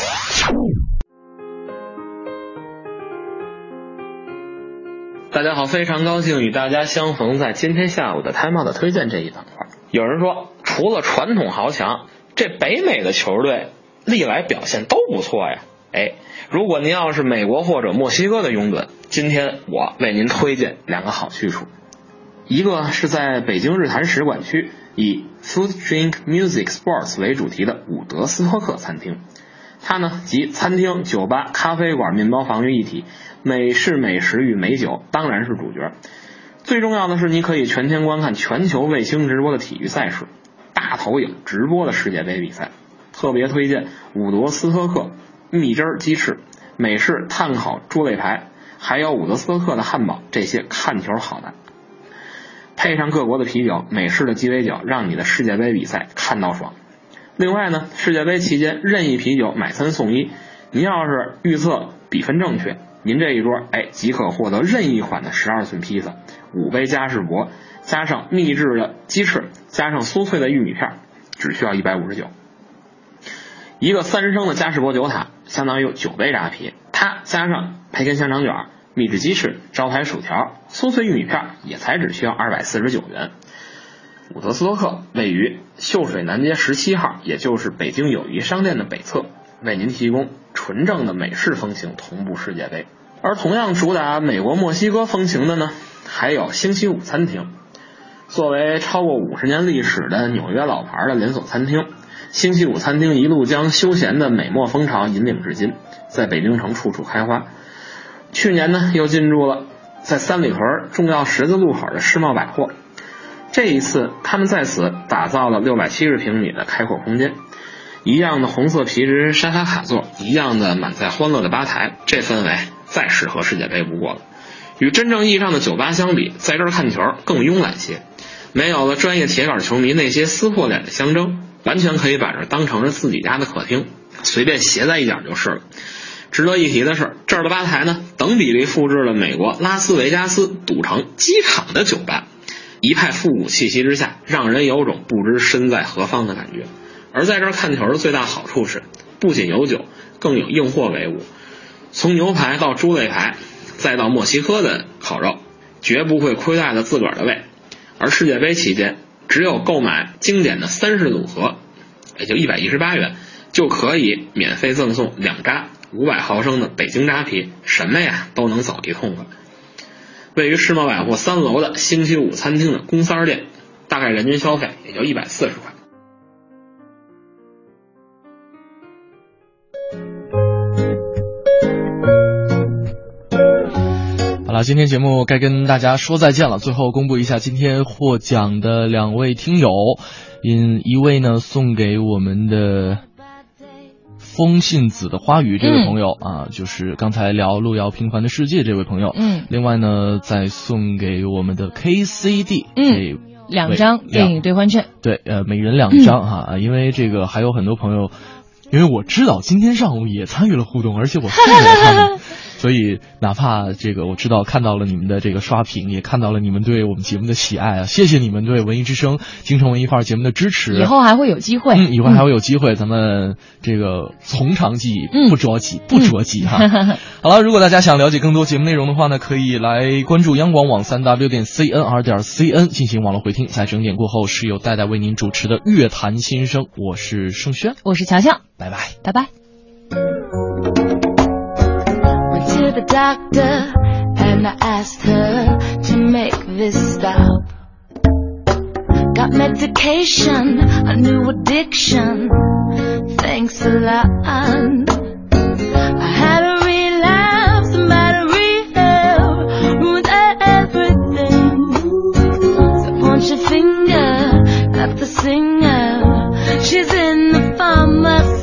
大家好，非常高兴与大家相逢在今天下午的 Time Out 推荐这一板块。有人说，除了传统豪强，这北美的球队历来表现都不错呀。哎，如果您要是美国或者墨西哥的拥趸，今天我为您推荐两个好去处。一个是在北京日坛使馆区以 Food, Drink, Music, Sports 为主题的伍德斯托克餐厅，它呢集餐厅、酒吧、咖啡馆、面包房于一体，美式美食与美酒当然是主角。最重要的是，你可以全天观看全球卫星直播的体育赛事，大投影直播的世界杯比赛。特别推荐伍德斯托克蜜汁鸡翅、美式炭烤猪肋排，还有伍德斯托克的汉堡，这些看球好的。配上各国的啤酒，美式的鸡尾酒，让你的世界杯比赛看到爽。另外呢，世界杯期间任意啤酒买三送一，您要是预测比分正确，您这一桌哎即可获得任意款的十二寸披萨、五杯嘉士伯，加上秘制的鸡翅，加上酥脆的玉米片，只需要一百五十九。一个三升的嘉士伯酒塔相当于九杯扎啤，它加上培根香肠卷、秘制鸡翅、招牌薯条、酥脆玉米片，也才只需要二百四十九元。伍德斯托克位于秀水南街十七号，也就是北京友谊商店的北侧，为您提供纯正的美式风情同步世界杯。而同样主打美国墨西哥风情的呢，还有星期五餐厅。作为超过五十年历史的纽约老牌的连锁餐厅，星期五餐厅一路将休闲的美墨风潮引领至今，在北京城处处开花。去年呢，又进驻了在三里屯重要十字路口的世贸百货。这一次，他们在此打造了六百七十平米的开阔空间，一样的红色皮质沙发卡座，一样的满载欢乐的吧台，这氛围再适合世界杯不过了。与真正意义上的酒吧相比，在这儿看球更慵懒些，没有了专业铁杆球迷那些撕破脸的相争，完全可以把这当成是自己家的客厅，随便斜在一角就是了。值得一提的是，这儿的吧台呢，等比例复制了美国拉斯维加斯赌城机场的酒吧，一派复古气息之下，让人有种不知身在何方的感觉。而在这儿看球的最大好处是，不仅有酒，更有硬货为伍，从牛排到猪肋排，再到墨西哥的烤肉，绝不会亏待了自个儿的胃。而世界杯期间，只有购买经典的三式组合，也就一百一十八元，就可以免费赠送两扎五百毫升的北京扎啤，什么呀都能走一痛快。位于世贸百货三楼的星期五餐厅的公三店，大概人均消费也就一百四十块。 好了，今天节目该跟大家说再见了。最后公布一下今天获奖的两位听友，因一位呢送给我们的风信子的花语这位朋友、嗯、啊，就是刚才聊路遥平凡的世界这位朋友。嗯，另外呢再送给我们的 K C D 嗯两张电影兑换券。 对，呃，每人两张哈、嗯啊，因为这个还有很多朋友，因为我知道今天上午也参与了互动，而且我看到了他们。所以哪怕这个我知道看到了你们的这个刷屏，也看到了你们对我们节目的喜爱啊，谢谢你们对文艺之声京城文艺范儿节目的支持。 以后还会有机会， 嗯，以后还会有机会、嗯、咱们这个从长计议、嗯、不着急不着急哈、嗯、好了，如果大家想了解更多节目内容的话呢，可以来关注央广网 三 w 点 c n r 点 c n 进行网络回听。在整点过后是由戴戴为您主持的乐坛新声，我是盛轩， 我是乔乔， 拜拜拜拜。 To the doctor and I asked her to make this stop. Got medication, a new addiction, thanks a lot. I had a relapse, a bad rehab, ruined everything. So point your finger at the singer, she's in the pharmacy.